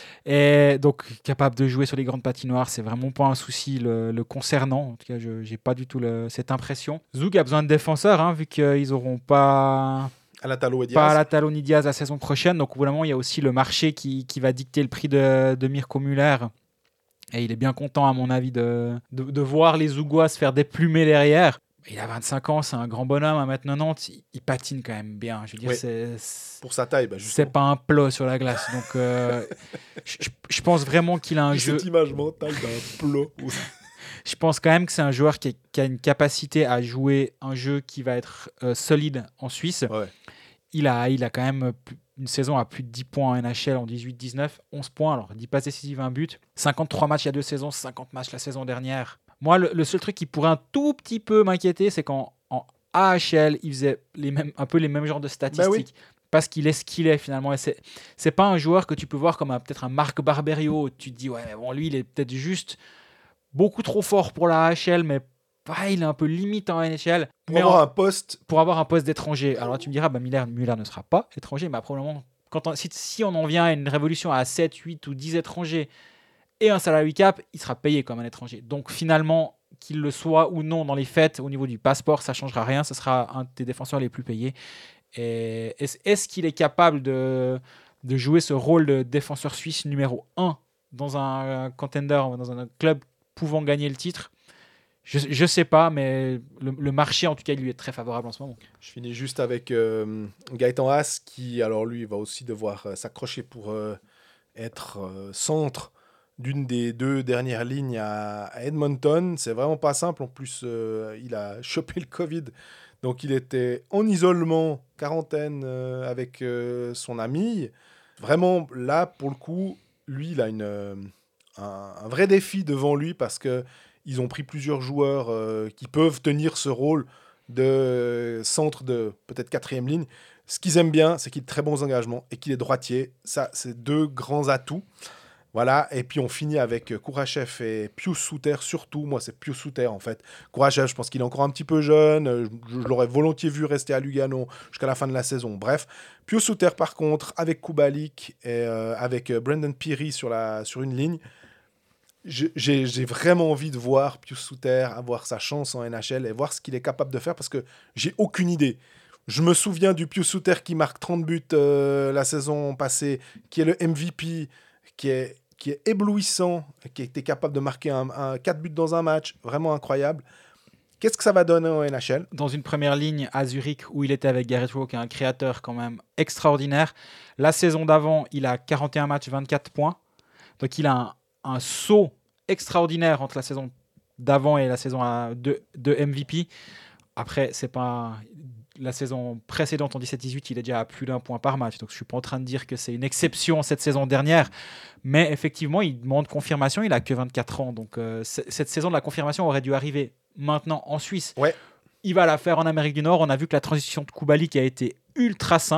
Et donc, capable de jouer sur les grandes patinoires, c'est vraiment pas un souci le, le concernant. En tout cas, je j'ai pas du tout le, cette impression. Zug a besoin de défenseurs, hein, vu qu'ils auront pas... À la Talo et Diaz. Pas à la Talon ni Diaz la saison prochaine. Donc, au bout d'un moment, il y a aussi le marché qui, qui va dicter le prix de, de Mirko Müller. Et il est bien content, à mon avis, de, de, de voir les Zougois se faire déplumer derrière. Il a vingt-cinq ans, c'est un grand bonhomme, un mètre quatre-vingt-dix. Il, il patine quand même bien. Je veux dire, oui. c'est, c'est, pour sa taille, bah, c'est pas un plot sur la glace. Donc, euh, je, je pense vraiment qu'il a un J'ai jeu. cette image mentale d'un plot. Je pense quand même que c'est un joueur qui, est, qui a une capacité à jouer un jeu qui va être euh, solide en Suisse. Ouais. Il a, il a quand même une saison à plus de dix points en N H L en dix-huit dix-neuf, onze points, alors dix passes décisives, un but, cinquante-trois matchs il y a deux saisons, cinquante matchs la saison dernière. Moi, le, le seul truc qui pourrait un tout petit peu m'inquiéter, c'est qu'en en A H L, il faisait les mêmes, un peu les mêmes genres de statistiques. Ben oui. Parce qu'il est ce qu'il est finalement. Et c'est, c'est pas un joueur que tu peux voir comme un, peut-être un Marc Barberio. Tu te dis, ouais, bon, lui, il est peut-être juste beaucoup trop fort pour la A H L, mais pareil, il est un peu limite en N H L. Pour mais avoir en, un poste. Pour avoir un poste d'étranger. Alors tu me diras, bah, Müller, Müller ne sera pas étranger, mais probablement, quand on, si, si on en vient à une révolution à sept, huit ou dix étrangers et un salary cap, il sera payé comme un étranger. Donc finalement, qu'il le soit ou non dans les faits, au niveau du passeport, ça ne changera rien. Ce sera un des défenseurs les plus payés. Et est-ce, est-ce qu'il est capable de, de jouer ce rôle de défenseur suisse numéro un dans un contender, dans un club pouvant gagner le titre? Je ne sais pas, mais le, le marché, en tout cas, il lui est très favorable en ce moment. Je finis juste avec euh, Gaëtan Haas, qui, alors lui, va aussi devoir euh, s'accrocher pour euh, être euh, centre d'une des deux dernières lignes à, à Edmonton. C'est vraiment pas simple. En plus, euh, il a chopé le Covid. Donc, il était en isolement, quarantaine euh, avec euh, son ami. Vraiment, là, pour le coup, lui, il a une, euh, un, un vrai défi devant lui parce que ils ont pris plusieurs joueurs euh, qui peuvent tenir ce rôle de centre de peut-être quatrième ligne. Ce qu'ils aiment bien, c'est qu'il a de très bons engagements et qu'il est droitier. Ça, c'est deux grands atouts. Voilà, et puis on finit avec Kourachev et Pius Suter, surtout. Moi, c'est Pius Suter, en fait. Kourachev, je pense qu'il est encore un petit peu jeune. Je, je l'aurais volontiers vu rester à Lugano jusqu'à la fin de la saison. Bref, Pius Suter, par contre, avec Kubalik et euh, avec Brendan Peary sur, la, sur une ligne, J'ai, j'ai vraiment envie de voir Pius Suter avoir sa chance en N H L et voir ce qu'il est capable de faire parce que j'ai aucune idée. Je me souviens du Pius Suter qui marque trente buts euh, la saison passée, qui est le M V P, qui est, qui est éblouissant, qui était capable de marquer un, un, quatre buts dans un match, vraiment incroyable. Qu'est-ce que ça va donner en N H L ? Dans une première ligne à Zurich, où il était avec Garrett Rowe, qui est un créateur quand même extraordinaire. La saison d'avant, il a quarante et un matchs, vingt-quatre points. Donc il a un, un saut extraordinaire entre la saison d'avant et la saison de, de M V P. Après, c'est pas la saison précédente en dix-sept dix-huit, il est déjà à plus d'un point par match. Donc, je suis pas en train de dire que c'est une exception cette saison dernière. Mais effectivement, il demande confirmation. Il a que vingt-quatre ans. Donc, euh, cette saison de la confirmation aurait dû arriver maintenant en Suisse. Ouais. Il va la faire en Amérique du Nord. On a vu que la transition de Kubalik a été ultra simple.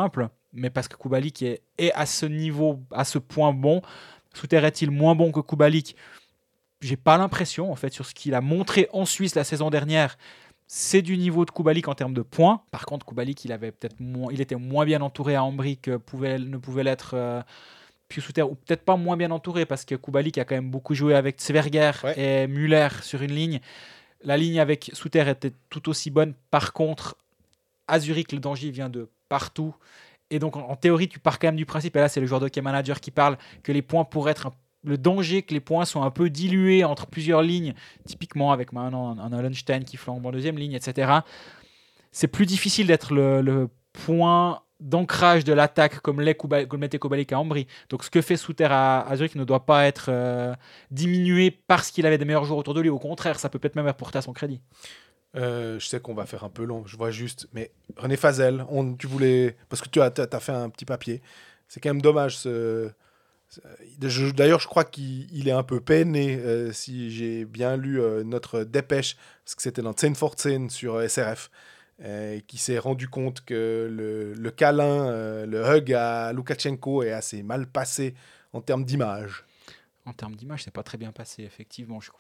mais parce que Kubalik est, est à ce niveau, à ce point bon. Souter est-il moins bon que Kubalik ? J'ai pas l'impression, en fait, sur ce qu'il a montré en Suisse la saison dernière. C'est du niveau de Kubalik en termes de points. Par contre, Kubalik, il, avait peut-être moins, il était moins bien entouré à Ambry que pouvait, ne pouvait l'être euh, Pius Souter, ou peut-être pas moins bien entouré, parce que Kubalik a quand même beaucoup joué avec Zwerger Ouais. et Müller sur une ligne. La ligne avec Souter était tout aussi bonne. Par contre, à Zurich, le danger vient de partout. Et donc, en, en théorie, tu pars quand même du principe, et là, c'est le joueur de hockey manager qui parle, que les points pourraient être un le danger que les points sont un peu dilués entre plusieurs lignes, typiquement avec maintenant un Hollenstein qui flambe en deuxième ligne, et cetera. C'est plus difficile d'être le, le point d'ancrage de l'attaque comme l'était Kubalik à Ambry. Donc ce que fait Souter à, à Zurich ne doit pas être euh, diminué parce qu'il avait des meilleurs joueurs autour de lui. Au contraire, ça peut peut-être même apporter à son crédit. Euh, je sais qu'on va faire un peu long, je vois juste. Mais René Fazel, on, tu voulais... Parce que tu as, as fait un petit papier. C'est quand même dommage ce... Je, d'ailleurs, je crois qu'il il est un peu peiné, euh, si j'ai bien lu euh, notre dépêche, parce que c'était dans zehn vor zehn sur S R F, euh, qui s'est rendu compte que le, le câlin, euh, le hug à Loukachenko est assez mal passé en termes d'image. En termes d'image, c'est pas très bien passé, effectivement. Je...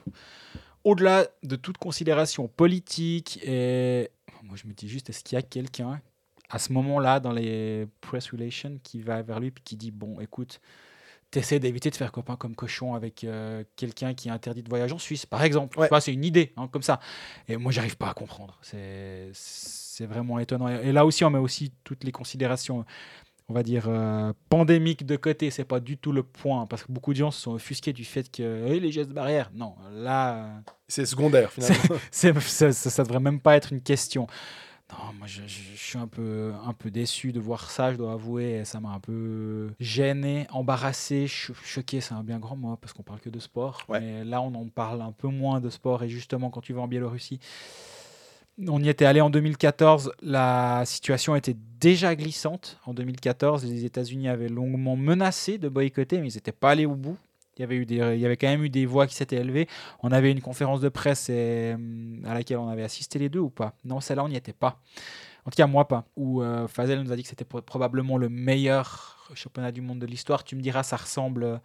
Au-delà de toute considération politique, et... moi je me dis juste, est-ce qu'il y a quelqu'un à ce moment-là, dans les press relations, qui va vers lui et qui dit, bon, écoute, t'essaies d'éviter de faire copain comme cochon avec euh, quelqu'un qui est interdit de voyage en Suisse, par exemple. Ouais. Enfin, c'est une idée, hein, comme ça. Et moi, j'arrive pas à comprendre. C'est, c'est vraiment étonnant. Et là aussi, on met aussi toutes les considérations, on va dire, euh, pandémiques de côté. C'est pas du tout le point, parce que beaucoup de gens se sont offusqués du fait que hey, les gestes barrières. Non, là... C'est secondaire, finalement. c'est, c'est, ça, ça devrait même pas être une question. Non, moi je, je, je suis un peu, un peu déçu de voir ça, je dois avouer. Ça m'a un peu gêné, embarrassé, cho- choqué, c'est un bien grand mot, parce qu'on parle que de sport. Ouais. Mais là, on en parle un peu moins de sport. Et justement, quand tu vas en Biélorussie, on y était allé en deux mille quatorze. La situation était déjà glissante. En deux mille quatorze, les États-Unis avaient longuement menacé de boycotter, mais ils n'étaient pas allés au bout. Il y, avait eu des, il y avait quand même eu des voix qui s'étaient élevées. On avait une conférence de presse et, à laquelle on avait assisté les deux ou pas ? Non, celle-là, on n'y était pas. En tout cas, moi pas. Où euh, Fazel nous a dit que c'était pro- probablement le meilleur championnat du monde de l'histoire. Tu me diras, ça ressemble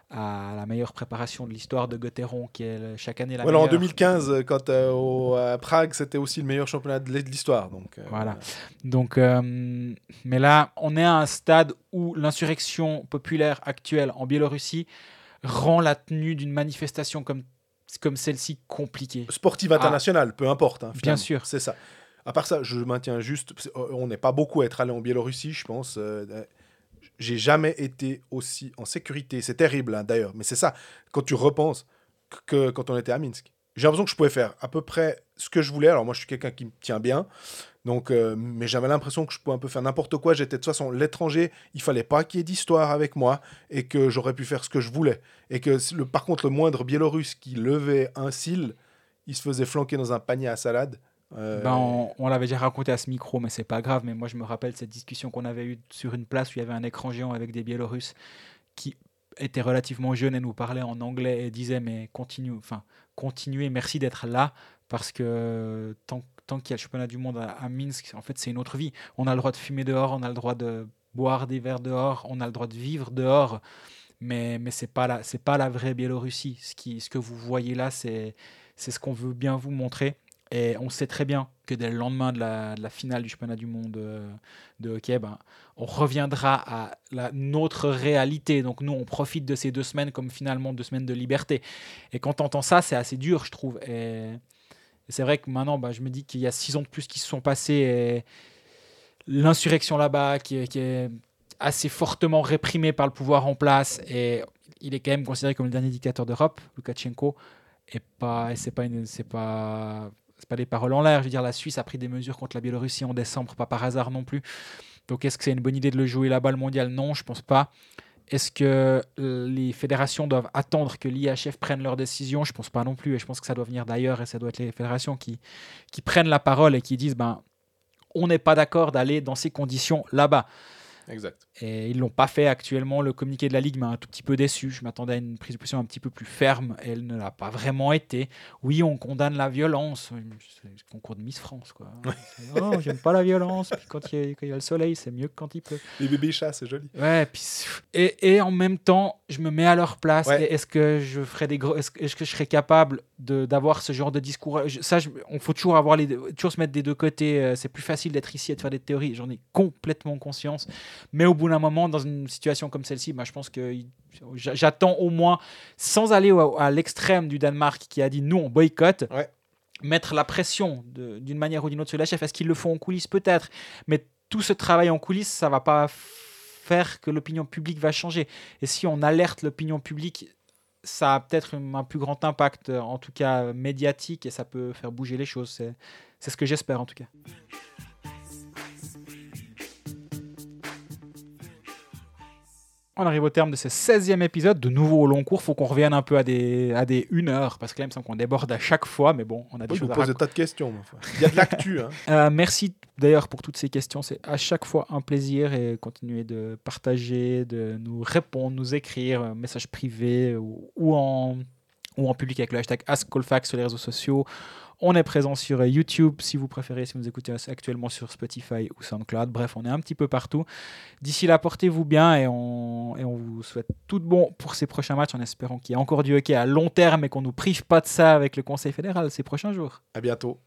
à la meilleure préparation de l'histoire de Gotteron, qui est chaque année la Voilà, meilleure. en deux mille quinze, quand euh, au, à Prague, c'était aussi le meilleur championnat de l'histoire. Donc, euh, Voilà. Donc, euh, mais là, on est à un stade où l'insurrection populaire actuelle en Biélorussie rend la tenue d'une manifestation comme, comme celle-ci compliquée. Sportive internationale, ah, peu importe. Hein, bien sûr. C'est ça. À part ça, je maintiens juste, on n'est pas beaucoup à être allé en Biélorussie, je pense. Euh, j'ai jamais été aussi en sécurité. C'est terrible, hein, d'ailleurs. Mais c'est ça, quand tu repenses que, que quand on était à Minsk. J'ai l'impression que je pouvais faire à peu près ce que je voulais. Alors moi, je suis quelqu'un qui me tient bien. Donc, euh, mais j'avais l'impression que je pouvais un peu faire n'importe quoi. J'étais de toute façon l'étranger. Il fallait pas qu'il y ait d'histoire avec moi et que j'aurais pu faire ce que je voulais. Et que, le, par contre, le moindre Biélorusse qui levait un cil, il se faisait flanquer dans un panier à salade. Euh... Ben, on, on l'avait déjà raconté à ce micro, mais c'est pas grave. Mais moi, je me rappelle cette discussion qu'on avait eue sur une place où il y avait un écran géant avec des Biélorusses qui étaient relativement jeunes et nous parlaient en anglais et disaient mais continue, enfin continuez, merci d'être là parce que tant, tant qu'il y a le championnat du monde à, à Minsk, en fait c'est une autre vie. On a le droit de fumer dehors, on a le droit de boire des verres dehors, on a le droit de vivre dehors, mais mais c'est pas la c'est pas la vraie Biélorussie. Ce qui ce que vous voyez là, c'est c'est ce qu'on veut bien vous montrer. Et on sait très bien que dès le lendemain de la, de la finale du championnat du monde euh, de hockey, ben, on reviendra à la, notre réalité. Donc nous, on profite de ces deux semaines comme finalement deux semaines de liberté. Et quand on entend ça, c'est assez dur, je trouve. Et, et c'est vrai que maintenant, ben, je me dis qu'il y a six ans de plus qui se sont passés. Et l'insurrection là-bas, qui est, qui est assez fortement réprimée par le pouvoir en place. Et il est quand même considéré comme le dernier dictateur d'Europe, Loukachenko. Et, pas, et c'est pas... Une, c'est pas c'est pas des paroles en l'air. Je veux dire, la Suisse a pris des mesures contre la Biélorussie en décembre, pas par hasard non plus. Donc, est-ce que c'est une bonne idée de le jouer là-bas, le mondial ? Non, je pense pas. Est-ce que les fédérations doivent attendre que l'I H F prenne leur décision ? Je pense pas non plus. Et je pense que ça doit venir d'ailleurs et ça doit être les fédérations qui, qui prennent la parole et qui disent ben, on n'est pas d'accord d'aller dans ces conditions là-bas. Exact. Et ils l'ont pas fait actuellement. Le communiqué de la Ligue m'a un tout petit peu déçu. Je m'attendais à une prise de position un petit peu plus ferme. Et elle ne l'a pas vraiment été. Oui, on condamne la violence. C'est le concours de Miss France, quoi. C'est, oh, j'aime pas la violence. Puis quand il y a, quand il y a le soleil, c'est mieux que quand il pleut. Les bébés chats, c'est joli. Ouais, puis et, et en même temps, je me mets à leur place. Ouais. Et est-ce que je ferais des gros, est-ce, que- est-ce que je serais capable de d'avoir ce genre de discours? Je- Ça, je- on faut toujours avoir les, deux- toujours se mettre des deux côtés. Euh, C'est plus facile d'être ici et de faire des théories. J'en ai complètement conscience. Mais au bout d'un moment, dans une situation comme celle-ci, bah, je pense que il- j'a- j'attends au moins, sans aller au- à l'extrême du Danemark qui a dit nous on boycotte. Ouais. Mettre la pression de- d'une manière ou d'une autre sur la chef. Est-ce qu'ils le font en coulisses? Peut-être. Mais tout ce travail en coulisses, ça va pas faire que l'opinion publique va changer. Et si on alerte l'opinion publique, ça a peut-être un, un plus grand impact, en tout cas médiatique, et ça peut faire bouger les choses. C'est, c'est ce que j'espère, en tout cas. On arrive au terme de ce seizième épisode, de nouveau au long cours. Faut qu'on revienne un peu à des, à des une heure, parce que là, il me semble qu'on déborde à chaque fois, mais bon, on a des Oui, vous choses à posez raconter. tas de questions. mais enfin, Il y a de l'actu. Hein. Euh, merci d'ailleurs pour toutes ces questions. C'est à chaque fois un plaisir et continuez de partager, de nous répondre, nous écrire, euh, messages privés ou, ou en, ou en public avec le hashtag AskColfax sur les réseaux sociaux. On est présent sur euh, YouTube si vous préférez, si vous nous écoutez actuellement sur Spotify ou SoundCloud. Bref, on est un petit peu partout. D'ici là, portez-vous bien et on, et on vous souhaite tout de bon pour ces prochains matchs en espérant qu'il y ait encore du hockey à long terme et qu'on ne nous prive pas de ça avec le Conseil fédéral ces prochains jours. À bientôt.